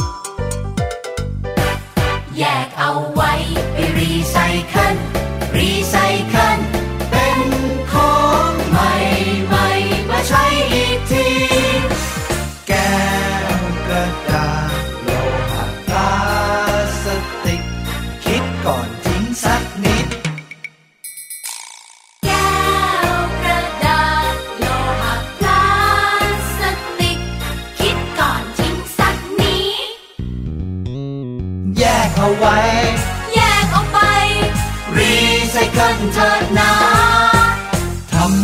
แยกเอาไว้ไปรีไซเคิลรีไซเคิลเป็นของใหม่ใหม่มาใช้อีกทีแก้วกระดาษโลหะพลาสติกคิดก่อนทิ้งสักนิดแก้วกระดาษโลหะพลาสติกคิดก่อนทิ้งสักนิดแยกเอาไว้แยกเอาไปรีไซเคิลเถิดนะท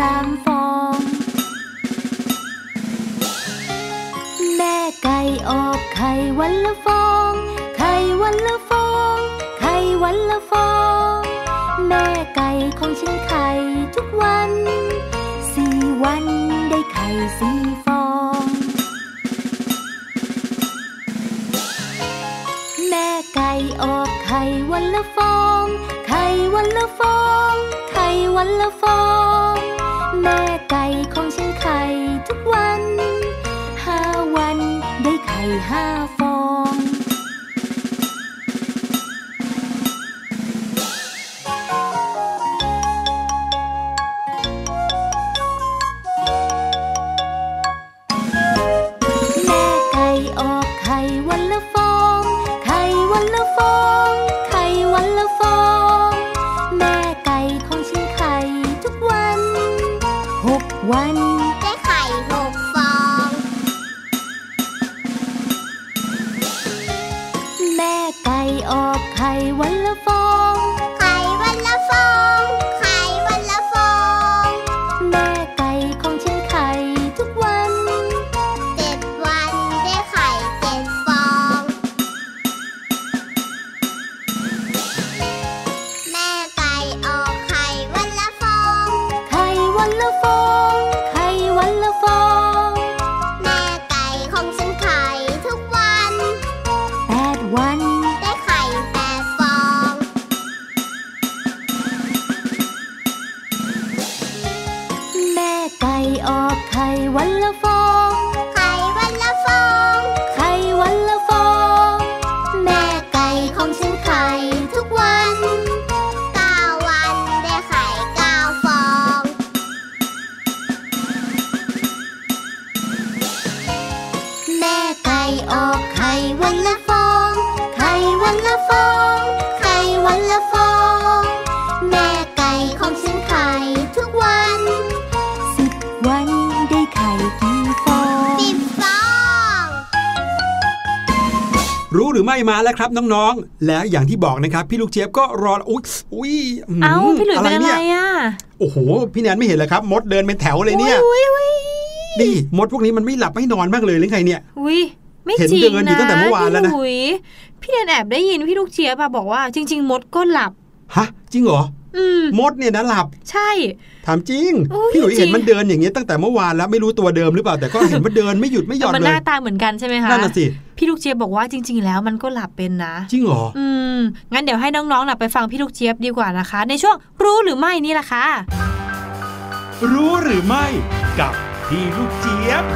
ามฟองแม่ไก่ออกไข่วันละฟองไข่วันละฟองไข่วันละฟองแม่ไก่ของฉันไข่ทุกวันสี่วันได้ไข่สี่ฟองแม่ไก่ออกไข่วันละฟองไข่วันละฟองไข่วันละฟองแม่ไก่ของฉันไข่ทุกวันห้าวันได้ไข่ห้าฟองแม่ไก่ออกไข่วันละฟองไข่วันละฟองไข่วันละฟองแม่ไก่ของฉันไข่ทุกวันหกวันได้ไข่หกฟองแม่ไก่ออกไข่วันละฟองไข่วันละฟองไข่วันละฟองแม่ไก่ของฉันไข่ทุกวันเจ็ดวันได้ไข่เจ็ดฟองแม่ไก่ออกไข่วันละฟองไข่วันละฟองไข่วันละฟองแม่ไก่ของฉันไข่ทุกวันแปดวันได้ไข่แปดฟองแม่ไก่ออกไข่วันละฟองไข่วันละฟองไข่วันละฟองแม่ไก่ของฉันไข่ทุกวันเก้าวันได้ไข่เก้าฟองแม่ไก่ออกไข่วันละฟองไข่วันละฟองไข่วันละฟองแม่ไก่ของฉันไข่ทุกวันสิบวันได้ไข่กี่ฟองสิบฟองรู้หรือไม่มาแล้วครับน้องๆและอย่างที่บอกนะครับพี่ลูกเจี๊ยบก็รออุ๊ยอุ๊ยเอ้าพี่หลุยเป็นอะไรอ่ะโอ้โหพี่แนนไม่เห็นเลยครับมดเดินเป็นแถวเลยเนี่ยนี่มดพวกนี้มันไม่หลับไม่นอนมากเลยหรือไงเนี่ยอุ๊ยไม่จริงนะเห็นเดินอยู่ตั้งแต่เมื่อวานแล้วนะพี่แนนแอบได้ยินพี่ลูกเจี๊ยบบอกว่าจริงๆมดก็หลับฮะจริงเหรอมดเนี่ยนะหลับใช่ถามจริงพี่หลุยเห็นมันเดินอย่างเงี้ยตั้งแต่เมื่อวานแล้วไม่รู้ตัวเดิมหรือเปล่าแต่ก็เห็นมันเดินไม่หยุดไม่หย่อนเลยมันหน้าตาเหมือนกันใช่ไหมคะนั่นน่ะสิพี่ลูกเจี๊ยบบอกว่าจริงๆแล้วมันก็หลับเป็นนะจริงเหรออืมงั้นเดี๋ยวให้น้องๆน่ะไปฟังพี่ลูกเจี๊ยบดีกว่านะคะในช่วงรู้หรือไม่นี่แหละค่ะรู้หรือไม่กับพี่ลูกเจี๊ยบ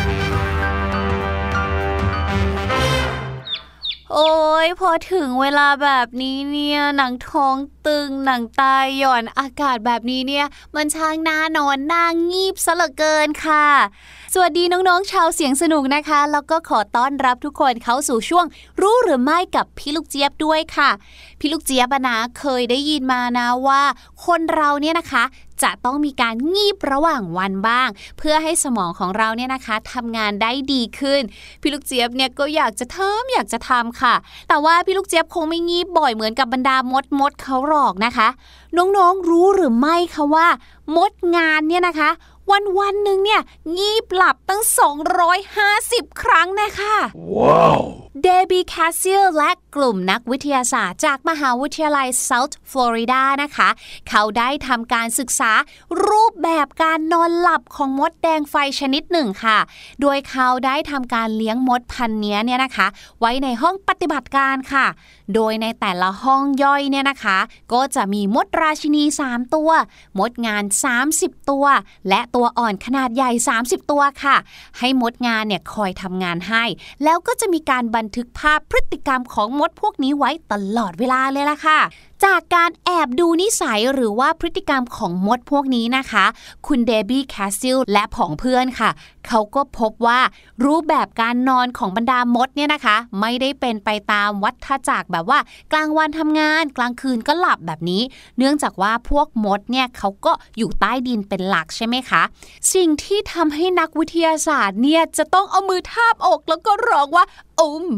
โอ้ยพอถึงเวลาแบบนี้เนี่ยหนังท้องตึงหนังตาหย่อนอากาศแบบนี้เนี่ยมันช่างน่านอนน่างีบซะเหลือเกินค่ะสวัสดีน้องๆชาวเสียงสนุกนะคะแล้วก็ขอต้อนรับทุกคนเข้าสู่ช่วงรู้หรือไม่กับพี่ลูกเจี๊ยบด้วยค่ะพี่ลูกเจี๊ยบนะเคยได้ยินมานะว่าคนเราเนี่ยนะคะจะต้องมีการงีบระหว่างวันบ้างเพื่อให้สมองของเราเนี่ยนะคะทำงานได้ดีขึ้นพี่ลูกเจี๊ยบเนี่ยก็อยากจะทำอยากจะทำค่ะแต่ว่าพี่ลูกเจี๊ยบคงไม่งีบบ่อยเหมือนกับบรรดามดมดเขาหรอกนะคะน้องๆรู้หรือไม่คะว่ามดงานเนี่ยนะคะวันวันหนึ่งเนี่ยงีบหลับตั้งสองร้อยห้าสิบครั้งนะคะว้าวเดบี้แคสซิลและกลุ่มนักวิทยาศาสตร์จากมหาวิทยาลัยเซาท์ฟลอริดานะคะเขาได้ทำการศึกษารูปแบบการนอนหลับของมดแดงไฟชนิดหนึ่งค่ะโดยเขาได้ทำการเลี้ยงมดพันธุ์นี้เนี่ยนะคะไว้ในห้องปฏิบัติการค่ะโดยในแต่ละห้องย่อยเนี่ยนะคะก็จะมีมดราชินีสามตัวมดงานสามสิบตัวและตัวอ่อนขนาดใหญ่สามสิบตัวค่ะให้มดงานเนี่ยคอยทำงานให้แล้วก็จะมีการบันทึกภาพพฤติกรรมของมดพวกนี้ไว้ตลอดเวลาเลยล่ะค่ะจากการแอบดูนิสัยหรือว่าพฤติกรรมของมดพวกนี้นะคะคุณเดบี้แคสซิลและผองเพื่อนค่ะเขาก็พบว่ารูปแบบการนอนของบรรดามดเนี่ยนะคะไม่ได้เป็นไปตามวัฏจักรแบบว่ากลางวันทำงานกลางคืนก็หลับแบบนี้เนื่องจากว่าพวกมดเนี่ยเขาก็อยู่ใต้ดินเป็นหลักใช่ไหมคะสิ่งที่ทำให้นักวิทยาศาสตร์เนี่ยจะต้องเอามือทาบอกแล้วก็ร้องว่า Oh my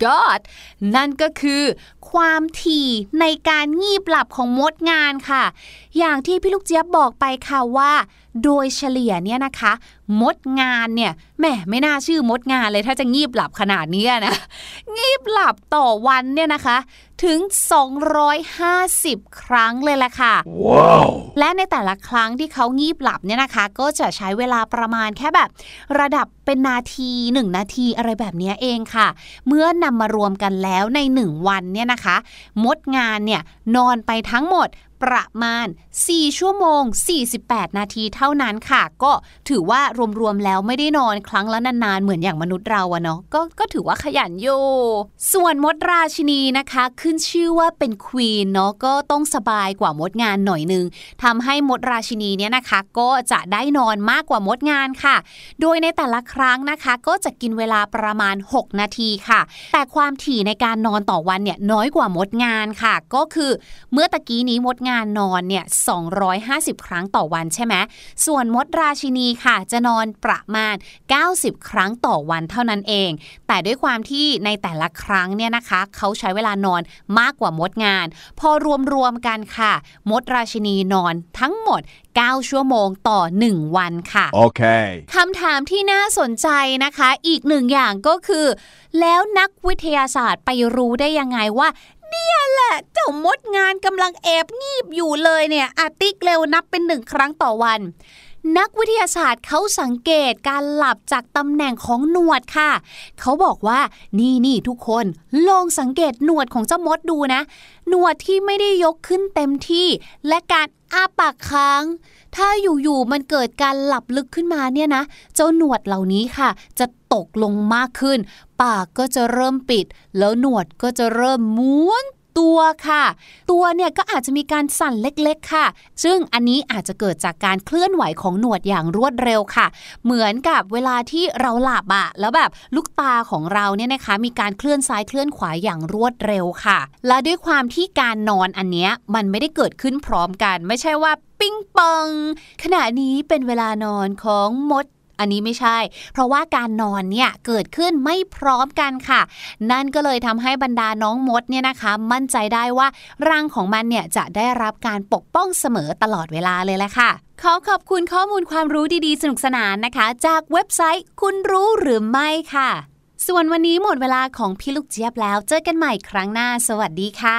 god นั่นก็คือความถี่ในการงีบหลับของมดงานค่ะอย่างที่พี่ลูกเจี๊ยบบอกไปค่ะว่าโดยเฉลี่ยเนี่ยนะคะมดงานเนี่ยแหมไม่น่าชื่อมดงานเลยถ้าจะงีบหลับขนาดนี้นะงีบหลับต่อวันเนี่ยนะคะถึงสองร้อยห้าสิบครั้งเลยแหละค่ะ wow. และในแต่ละครั้งที่เขางีบหลับเนี่ยนะคะก็จะใช้เวลาประมาณแค่แบบระดับเป็นนาทีหนึ่งนาทีอะไรแบบนี้เองค่ะเมื่อนำมารวมกันแล้วในหนึ่งวันเนี่ยนะคะมดงานเนี่ยนอนไปทั้งหมดประมาณสี่ชั่วโมงสี่สิบแปดนาทีเท่านั้นค่ะก็ถือว่ารวมๆแล้วไม่ได้นอนครั้งละนานๆเหมือนอย่างมนุษย์เราอะเนาะก็ก็ถือว่าขยันอยู่ส่วนมดราชินีนะคะขึ้นชื่อว่าเป็นควีนเนาะก็ต้องสบายกว่ามดงานหน่อยนึงทำให้มดราชินีเนี่ยนะคะก็จะได้นอนมากกว่ามดงานค่ะโดยในแต่ละครั้งนะคะก็จะกินเวลาประมาณหกนาทีค่ะแต่ความถี่ในการนอนต่อวันเนี่ยน้อยกว่ามดงานค่ะก็คือเมื่อตะกี้นี้มดงานนอนเนี่ยสองร้อยห้าสิบครั้งต่อวันใช่ไหมส่วนมดราชินีค่ะจะนอนประมาณเก้าสิบครั้งต่อวันเท่านั้นเองแต่ด้วยความที่ในแต่ละครั้งเนี่ยนะคะเขาใช้เวลานอนมากกว่ามดงานพอรวมๆกันค่ะมดราชินีนอนทั้งหมดเก้าชั่วโมงต่อหนึ่งวันค่ะโอเคคำถามที่น่าสนใจนะคะอีกหนึ่งอย่างก็คือแล้วนักวิทยาศาสตร์ไปรู้ได้ยังไงว่าเนี่ยแหละเจ้ามดงานกำลังแอบงีบอยู่เลยเนี่ยอาติ๊กเร็วนับเป็นหนึ่งครั้งต่อวันนักวิทยาศาสตร์เขาสังเกตการหลับจากตำแหน่งของหนวดค่ะเขาบอกว่านี่นี่ทุกคนลองสังเกตหนวดของเจ้ามดดูนะหนวดที่ไม่ได้ยกขึ้นเต็มที่และการอ้าปากค้างถ้าอยู่ๆมันเกิดการหลับลึกขึ้นมาเนี่ยนะเจ้าหนวดเหล่านี้ค่ะจะตกลงมากขึ้นปากก็จะเริ่มปิดแล้วหนวดก็จะเริ่มม้วนตัวค่ะตัวเนี่ยก็อาจจะมีการสั่นเล็กๆค่ะซึ่งอันนี้อาจจะเกิดจากการเคลื่อนไหวของหนวดอย่างรวดเร็วค่ะเหมือนกับเวลาที่เราหลับอะแล้วแบบลูกตาของเราเนี่ยนะคะมีการเคลื่อนซ้ายเคลื่อนขวาอย่างรวดเร็วค่ะและด้วยความที่การนอนอันเนี้ยมันไม่ได้เกิดขึ้นพร้อมกันไม่ใช่ว่าปิ้งปองขณะนี้เป็นเวลานอนของมดอันนี้ไม่ใช่เพราะว่าการนอนเนี่ยเกิดขึ้นไม่พร้อมกันค่ะนั่นก็เลยทำให้บรรดาน้องมดเนี่ยนะคะมั่นใจได้ว่ารังของมันเนี่ยจะได้รับการปกป้องเสมอตลอดเวลาเลยแหละค่ะขอขอบคุณข้อมูลความรู้ดีๆสนุกสนานนะคะจากเว็บไซต์คุณรู้หรือไม่ค่ะส่วนวันนี้หมดเวลาของพี่ลูกเจี๊ยบแล้วเจอกันใหม่ครั้งหน้าสวัสดีค่ะ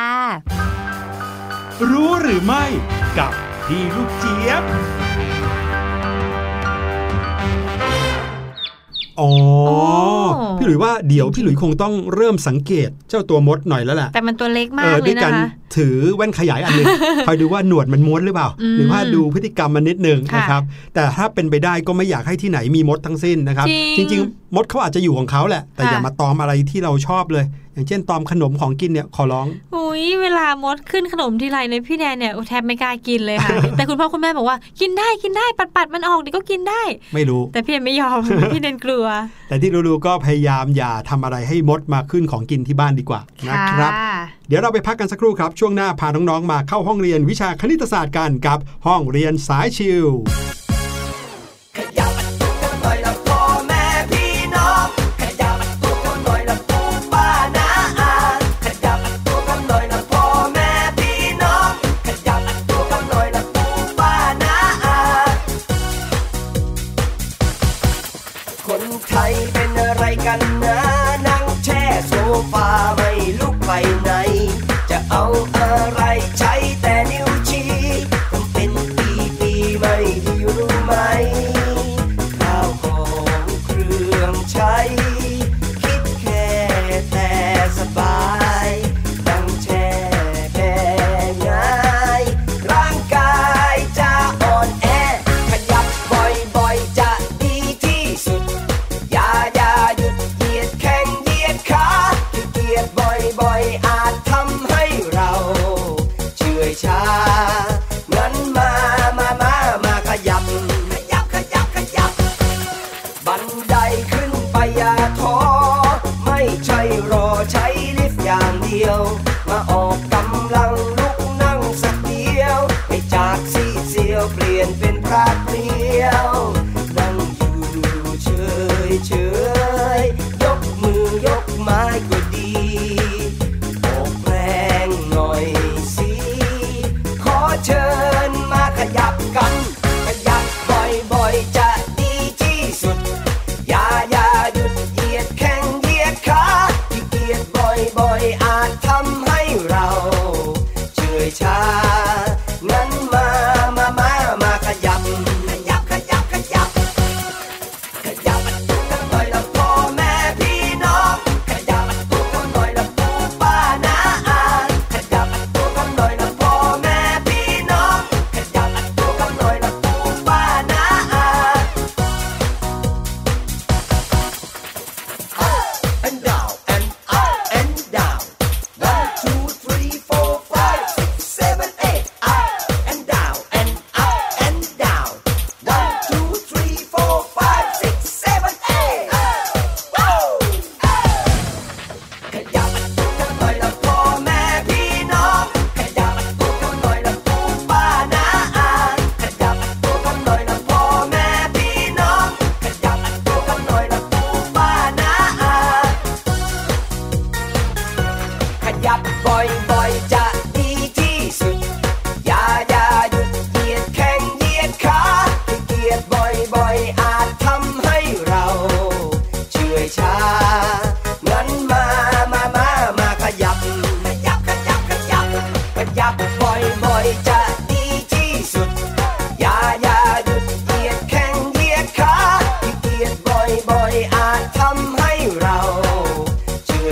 รู้หรือไม่กับพี่ลูกเจี๊ยบอ๋อพี่หลุยว่าเดี๋ยวพี่หลุยคงต้องเริ่มสังเกตเจ้าตัวมดหน่อยแล้วแหละแต่มันตัวเล็กมากเลยนะคะด้วยการถือแว่นขยายอันนึง คอยดูว่าหนวดมันม้วนหรือเปล่าหรือว่าดูพฤติกรรมมันนิดนึงนะครับแต่ถ้าเป็นไปได้ก็ไม่อยากให้ที่ไหนมีมดทั้งสิ้นนะครับจริงๆมดเขาอาจจะอยู่ของเขาแหละแต่อย่ามาตอมอะไรที่เราชอบเลยอย่างเช่นตอมขนมของกินเนี่ยขอร้องอุ้ยเวลามดขึ้นขนมทีไรเนี่ยพี่แนนเนี่ยแทบไม่กล้ากินเลยค่ะ แต่คุณพ่อคุณแม่บอกว่ากินได้กินได้ปัดปัดมันออกเดี๋ยวก็กินได้ไม่รู้แต่พี่แนนไม่ยอม พี่แนนกลัวแต่ที่รู้ๆก็พยายามอย่าทำอะไรให้มดมาขึ้นของกินที่บ้านดีกว่านะครับเดี๋ยวเราไปพักกันสักครู่ครับช่วงหน้าพาน้องๆมาเข้าห้องเรียนวิชาคณิตศาสตร์กันกับห้องเรียนสายชิลกันนะนั่งแช่โซฟาไม่ลุกไปไหนจะเอาอะไรใช้แต่นิ้วชี้ทำเป็นปีปีไม่ดีรู้ไหมข้าวของเครื่องใช้คิดแค่แต่สบายนั่งแช่แค่ง่ายร่างกายจะอ่อนแอขยับบ่อยๆจะดีที่สุดอย่าอย่าหยุดเหยียดแข้งเหยียดขาขี้เกียจบ่อยๆอาจทำให้เราเฉื่อ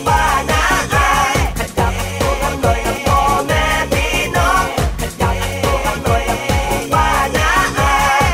ป้าน้าอาขยับตัวกันหน่อยกับพ่อแม่พี่น้องขยับตัวกันหน่อยกับปู่ป้าน้าอา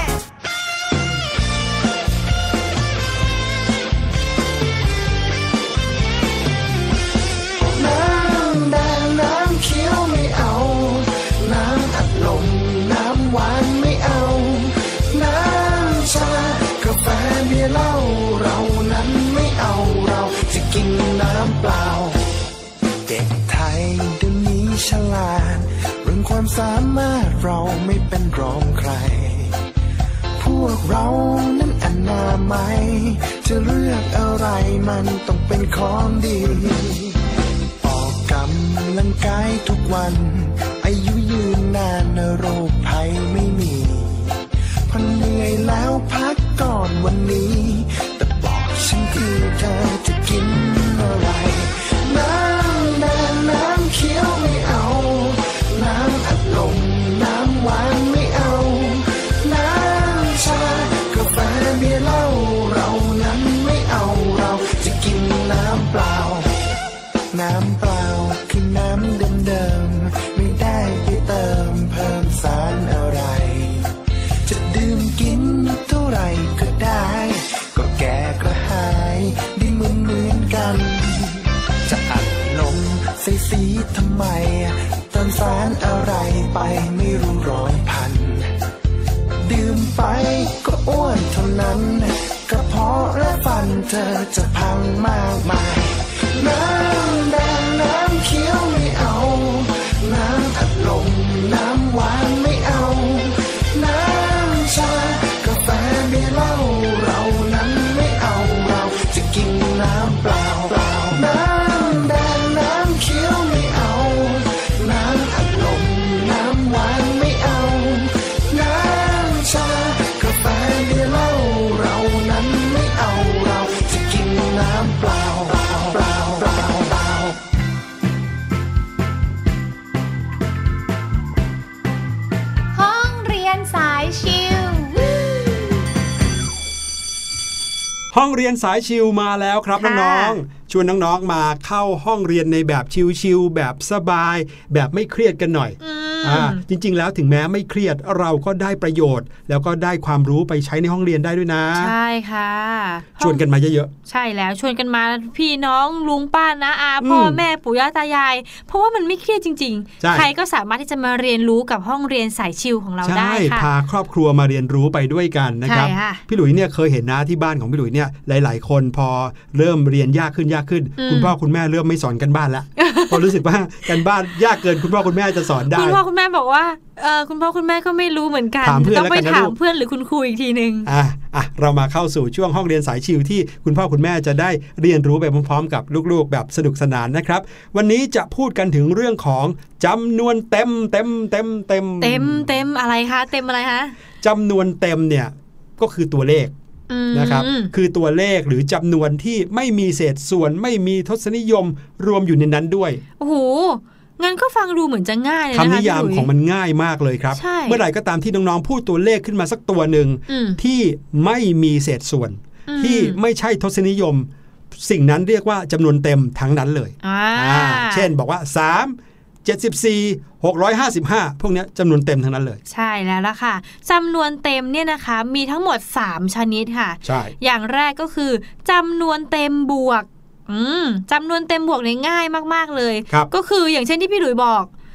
น้ำแดงน้ำเขียวไม่เอาน้ำอัดลมน้ำหวานไม่เอาน้ำชากาแฟเบียร์เหล้าเรานั้นไม่เอาเราจะกินน้ำเปล่าเด็กไทยเดี๋ยวนี้ฉลาดเรื่องความสามารถเราไม่เป็นรองใครพวกเรานั้นอนามัยจะเลือกอะไรมันต้องเป็นของดีออกกำลังกายทุกวันอายุยืนนานโรคภัยไม่มีพอเหนื่อยแล้วพักก่อนวันนี้แต่บอกฉันทีเธอจะกินอะไรน้ำแดงน้ำเขียวไม่เอาน้ำอัดลมน้ำหวานไม่เอาน้ำชากาแฟเบียร์เหล้าเรานั้นไม่เอาเราจะกินน้ำเปล่าน้ำเปล่าคือน้ำเดิมๆไม่ได้ไปเติมเพิ่มสารอะไรจะดื่มกินเท่าไรก็ได้ก็แก่กระหายได้เหมือนเหมือนกันจะอัดลมใส่สีทำไมเติมสารอะไรไปไม่รู้ร้อยพันดื่มไปก็อ้วนเท่านั้นกระเพาะและฟันเธอจะพังมากมายน้ำแดงน้ำเขียวไม่เอาน้ำอัดลมน้ำหวานไม่เอาน้ำชากาแฟเบียร์เหล้าเรานั้นไม่เอาเราจะกินน้ำเปล่าน้ำแดงน้ำเขียวไม่เอาน้ำอัดลมน้ำหวานไม่เอาน้ำชากาแฟเบียร์เหล้าเรานั้นไม่เอาเราจะกินน้ำเปล่าห้องเรียนสายชิลห้องเรียนสายชิลมาแล้วครับน้องๆชวนน้องๆมาเข้าห้องเรียนในแบบชิลๆแบบสบายแบบไม่เครียดกันหน่อยอ่าจริงๆแล้วถึงแม้ไม่เครียดเราก็ได้ประโยชน์แล้วก็ได้ความรู้ไปใช้ในห้องเรียนได้ด้วยนะใช่ค่ะชวนกันมาเยอะๆใช่แล้วชวนกันมาพี่น้องลุงป้าน้าอาพ่อแม่ปู่ย่าตายายเพราะว่ามันไม่เครียดจริงๆใครก็สามารถที่จะมาเรียนรู้กับห้องเรียนสายชิลของเราได้ค่ะพาครอบครัวมาเรียนรู้ไปด้วยกันนะครับพี่หลุยเนี่ยเคยเห็นนะที่บ้านของพี่หลุยเนี่ยหลายๆคนพอเริ่มเรียนยากขึ้นยากขึ้นคุณพ่อคุณแม่เริ่มไม่สอนกันบ้านแล้วพอรู้สึกว่ากันบ้านยากเกินคุณพ่อคุณแม่จะสอนได้คุณพ่อคุณแม่บอกว่าเออคุณพ่อคุณแม่ก็ไม่รู้เหมือนกันต้องไปถามเพื่อนหรือคุณครูอีกทีนึงอ่ะอ่ะเรามาเข้าสู่ช่วงห้องเรียนสายชิลที่คุณพ่อคุณแม่จะได้เรียนรู้ไปพร้อมๆกับลูกๆแบบสนุกสนานนะครับวันนี้จะพูดกันถึงเรื่องของจำนวนเต็มเต็มเต็มเต็มเต็มเต็มอะไรคะเต็มอะไรคะจำนวนเต็มเนี่ยก็คือตัวเลขนะครับคือตัวเลขหรือจำนวนที่ไม่มีเศษส่วนไม่มีทศนิยมรวมอยู่ในนั้นด้วยโอ้โหงั้นก็ฟังดูเหมือนจะง่ายเลยนะคะคำนิยามของมันง่ายมากเลยครับเมื่อไหร่ก็ตามที่น้องๆพูดตัวเลขขึ้นมาสักตัวหนึ่งที่ไม่มีเศษส่วนที่ไม่ใช่ทศนิยมสิ่งนั้นเรียกว่าจำนวนเต็มทั้งนั้นเลยเช่นบอกว่าสามเจ็ดสิบสี่ หกร้อยห้าสิบห้าพวกนี้จำนวนเต็มทั้งนั้นเลยใช่แล้วล่ะค่ะจำนวนเต็มเนี่ยนะคะมีทั้งหมดสามชนิดค่ะใช่อย่างแรกก็คือจำนวนเต็มบวกอืมจำนวนเต็มบวกเนี่ยง่ายมากๆเลยก็คืออย่างเช่นที่พี่หลุยบอก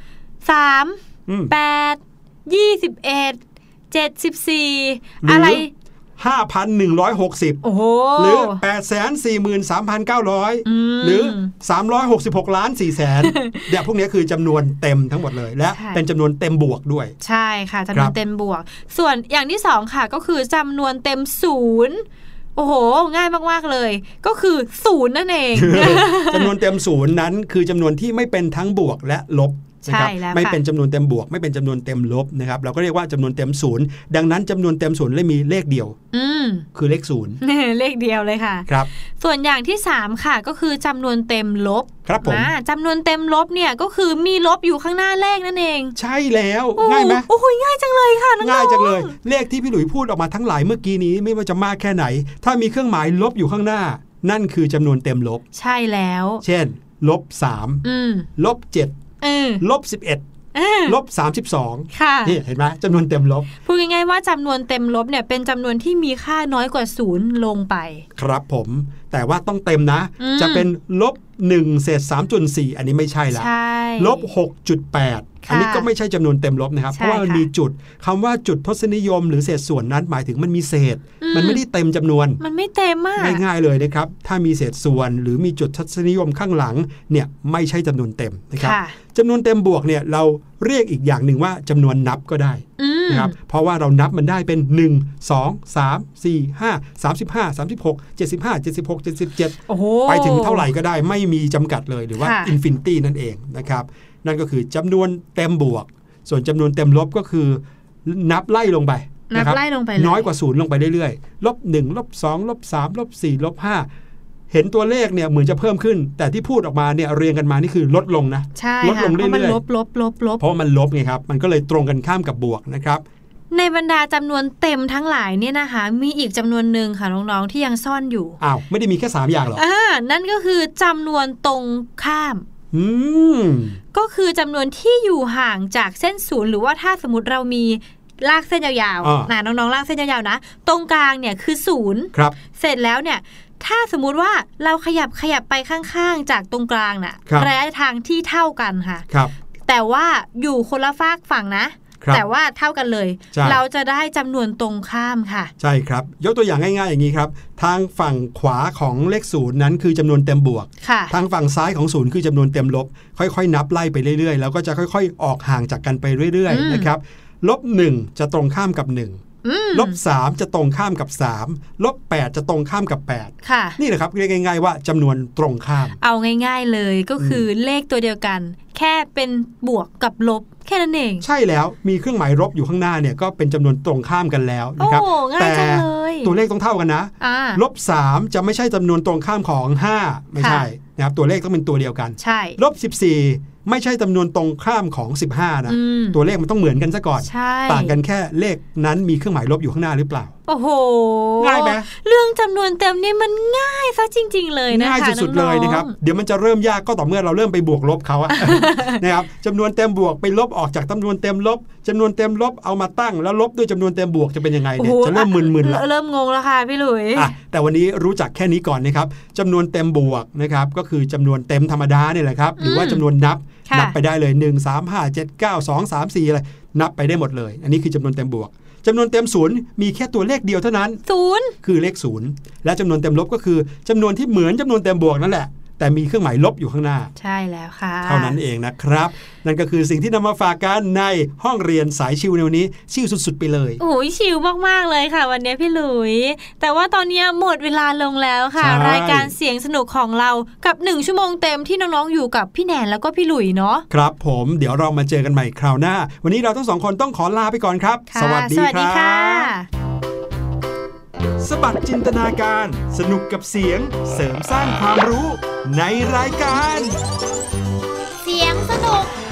สามแปดยี่สิบเอ็ดเจ็ดสิบสี่อะไรห้าพันหนึ่งร้อยหกสิบโอ้โหหรือ แปดแสนสี่หมื่นสามพันเก้าร้อย หรือสามร้อยหกสิบหกล้านสี่แสนเนี่ยพวกนี้คือจำนวนเต็มทั้งหมดเลยและเป็นจำนวนเต็มบวกด้วยใช่ค่ะจำนวนเต็มบวกส่วนอย่างที่สองค่ะก็คือจำนวนเต็มศูนย์โอ้โหง่ายมากๆเลยก็คือศูนย์นั่นเองจำนวนเต็มศูนย์นั้นคือจำนวนที่ไม่เป็นทั้งบวกและลบนะครับไม่เป็นจำนวนเต็มบวกไม่เป็นจำนวนเต็มลบนะครับเราก็เรียกว่าจำนวนเต็มศูนย์ดังนั้นจำนวนเต็มศูนย์เลยมีเลขเดียวคือเลขศูนย์เลขเดียวเลยค่ะครับส่วนอย่างที่สามค่ะก็คือจำนวนเต็มลบครับผมจำนวนเต็มลบเนี่ยก็คือมีลบอยู่ข้างหน้าเลขนั่นเองใช่แล้วง่ายไหมโอ้โหง่ายจังเลยค่ะง่ายจังเลยเลขที่พี่หลุยพูดออกมาทั้งหลายเมื่อกี้นี้ไม่ว่าจะมากแค่ไหนถ้ามีเครื่องหมายลบอยู่ข้างหน้านั่นคือจำนวนเต็มลบใช่แล้วเช่นลบสามลบเจ็ดลบสิบเอ็ดลบสามสิบสองค่ะนี่เห็นไหมจำนวนเต็มลบพูดง่ายๆว่าจำนวนเต็มลบเนี่ยเป็นจำนวนที่มีค่าน้อยกว่าศูนย์ลงไปครับผมแต่ว่าต้องเต็มนะจะเป็นลบหนึ่งเศษสามจุดสี่อันนี้ไม่ใช่ละลบหกจุดแปดอันนี้ก็ไม่ใช่จำนวนเต็มลบนะครับเพราะว่ามันมีจุดคำว่าจุดทศนิยมหรือเศษส่วนนั้นหมายถึงมันมีเศษมันไม่ได้เต็มจำนวนมันไม่เต็มมากง่ายๆเลยนะครับถ้ามีเศษส่วนหรือมีจุดทศนิยมข้างหลังเนี่ยไม่ใช่จำนวนเต็มนะครับจำนวนเต็มบวกเนี่ยเราเรียกอีกอย่างหนึ่งว่าจำนวนนับก็ได้นะครับเพราะว่าเรานับมันได้เป็นหนึ่ง สอง สาม สี่ ห้า สามสิบห้า สามสิบหก เจ็ดสิบห้า เจ็ดสิบหก เจ็ดสิบเจ็ดไปถึงเท่าไหร่ก็ได้ไม่มีจำกัดเลยหรือว่าอินฟินิตี้นั่นเองนะครับนั่นก็คือจำนวนเต็มบวกส่วนจำนวนเต็มลบก็คือนับไล่ลงไปนะครับน้อยกว่าศูนย์ลงไปเรื่อยๆลบหนึ่งลบสองลบสามลบสี่ลบห้าเห็นตัวเลขเนี่ยเหมือนจะเพิ่มขึ้นแต่ที่พูดออกมาเนี่ยเรียงกันมานี่คือลดลงนะลดลงเรื่อยๆเพราะมันลบลบลบลบเพราะมันลบไงครับมันก็เลยตรงกันข้ามกับบวกนะครับในบรรดาจำนวนเต็มทั้งหลายเนี่ยนะคะมีอีกจำนวนหนึ่งค่ะน้องๆที่ยังซ่อนอยู่อ้าวไม่ได้มีแค่สามอย่างหรออ่านั่นก็คือจำนวนตรงข้ามอืมก็คือจำนวนที่อยู่ห่างจากเส้นศูนย์หรือว่าถ้าสมมติเรามีลากเส้นยาวๆนะน้องๆลากเส้นยาวๆนะตรงกลางเนี่ยคือศูนย์เสร็จแล้วเนี่ยถ้าสมมุติว่าเราขยับขยับไปข้างๆจากตรงกลางน่ะระยะทางที่เท่ากันค่ะแต่ว่าอยู่คนละฝากฝั่งนะแต่ว่าเท่ากันเลยเราจะได้จำนวนตรงข้ามค่ะใช่ครับยกตัวอย่างง่ายๆอย่างนี้ครับทางฝั่งขวาของเลขศูนย์นั้นคือจำนวนเต็มบวกทางฝั่งซ้ายของศูนย์คือจำนวนเต็มลบค่อยๆนับไล่ไปเรื่อยๆแล้วก็จะค่อยๆออกห่างจากกันไปเรื่อยๆนะครับลบหนึ่งจะตรงข้ามกับหนึ่งลบสามจะตรงข้ามกับสามลบแปดจะตรงข้ามกับแปดค่ะนี่แหละครับเรียกง่ายๆว่าจำนวนตรงข้ามเอาง่ายๆเลยก็คือเลขตัวเดียวกันแค่เป็นบวกกับลบแค่นั้นเองใช่แล้วมีเครื่องหมายลบอยู่ข้างหน้าเนี่ยก็เป็นจำนวนตรงข้ามกันแล้วนะครับแต่ตัวเลขต้องเท่ากันนะลบสามจะไม่ใช่จำนวนตรงข้ามของห้าไม่ใช่นะครับตัวเลขต้องเป็นตัวเดียวกันใช่ลบสิบสี่ไม่ใช่จำนวนตรงข้ามของสิบห้านะตัวเลขมันต้องเหมือนกันซะก่อนต่างกันแค่เลขนั้นมีเครื่องหมายลบอยู่ข้างหน้าหรือเปล่าโอ้โหง่ายไหมเรื่องจำนวนเต็มนี่มันง่ายซะจริงๆเลยนะคะง่ายสุดๆเลยนะครับเดี๋ยวมันจะเริ่มยากก็ต่อเมื่อเราเริ่มไปบวกลบเขาอะ นะครับจำนวนเต็มบวกไปลบออกจากจำนวนเต็มลบจำนวนเต็มลบเอามาตั้งแล้วลบด้วยจำนวนเต็มบวกจะเป็นยังไงเนี่ยจะเริ่มมึนๆแล้วเริ่มงงแล้วค่ะพี่หลุยแต่วันนี้รู้จักแค่นี้ก่อนนะครับจำนวนเต็มบวกนะครับก็คือจำนวนเต็มธรรมดาเนี่ยแหละครับหรือว่าจำนวนนับนับไปได้เลยหนึ่ง สาม ห้า เจ็ด เก้า สอง สาม สี่อะไรนับไปได้หมดเลยอันนี้คือจำนวนเต็มบวกจำนวนเต็มศูนย์มีแค่ตัวเลขเดียวเท่านั้นศูนย์คือเลขศูนย์และจำนวนเต็มลบก็คือจำนวนที่เหมือนจำนวนเต็มบวกนั่นแหละแต่มีเครื่องหมายลบอยู่ข้างหน้าใช่แล้วค่ะเท่านั้นเองนะครับนั่นก็คือสิ่งที่นำมาฝากกันในห้องเรียนสายชิวในวันนี้ชิวสุดๆไปเลยโอ้ยชิวมากๆเลยค่ะวันนี้พี่หลุยแต่ว่าตอนนี้หมดเวลาลงแล้วค่ะรายการเสียงสนุกของเรากับหนึ่งชั่วโมงเต็มที่น้องๆอยู่กับพี่แนนแล้วก็พี่หลุยเนาะครับผมเดี๋ยวเรามาเจอกันใหม่คราวหน้าวันนี้เราทั้งสองคนต้องขอลาไปก่อนครับสวัสดีครับสบัดจินตนาการสนุกกับเสียงเสริมสร้างความรู้ในรายการเสียงสนุก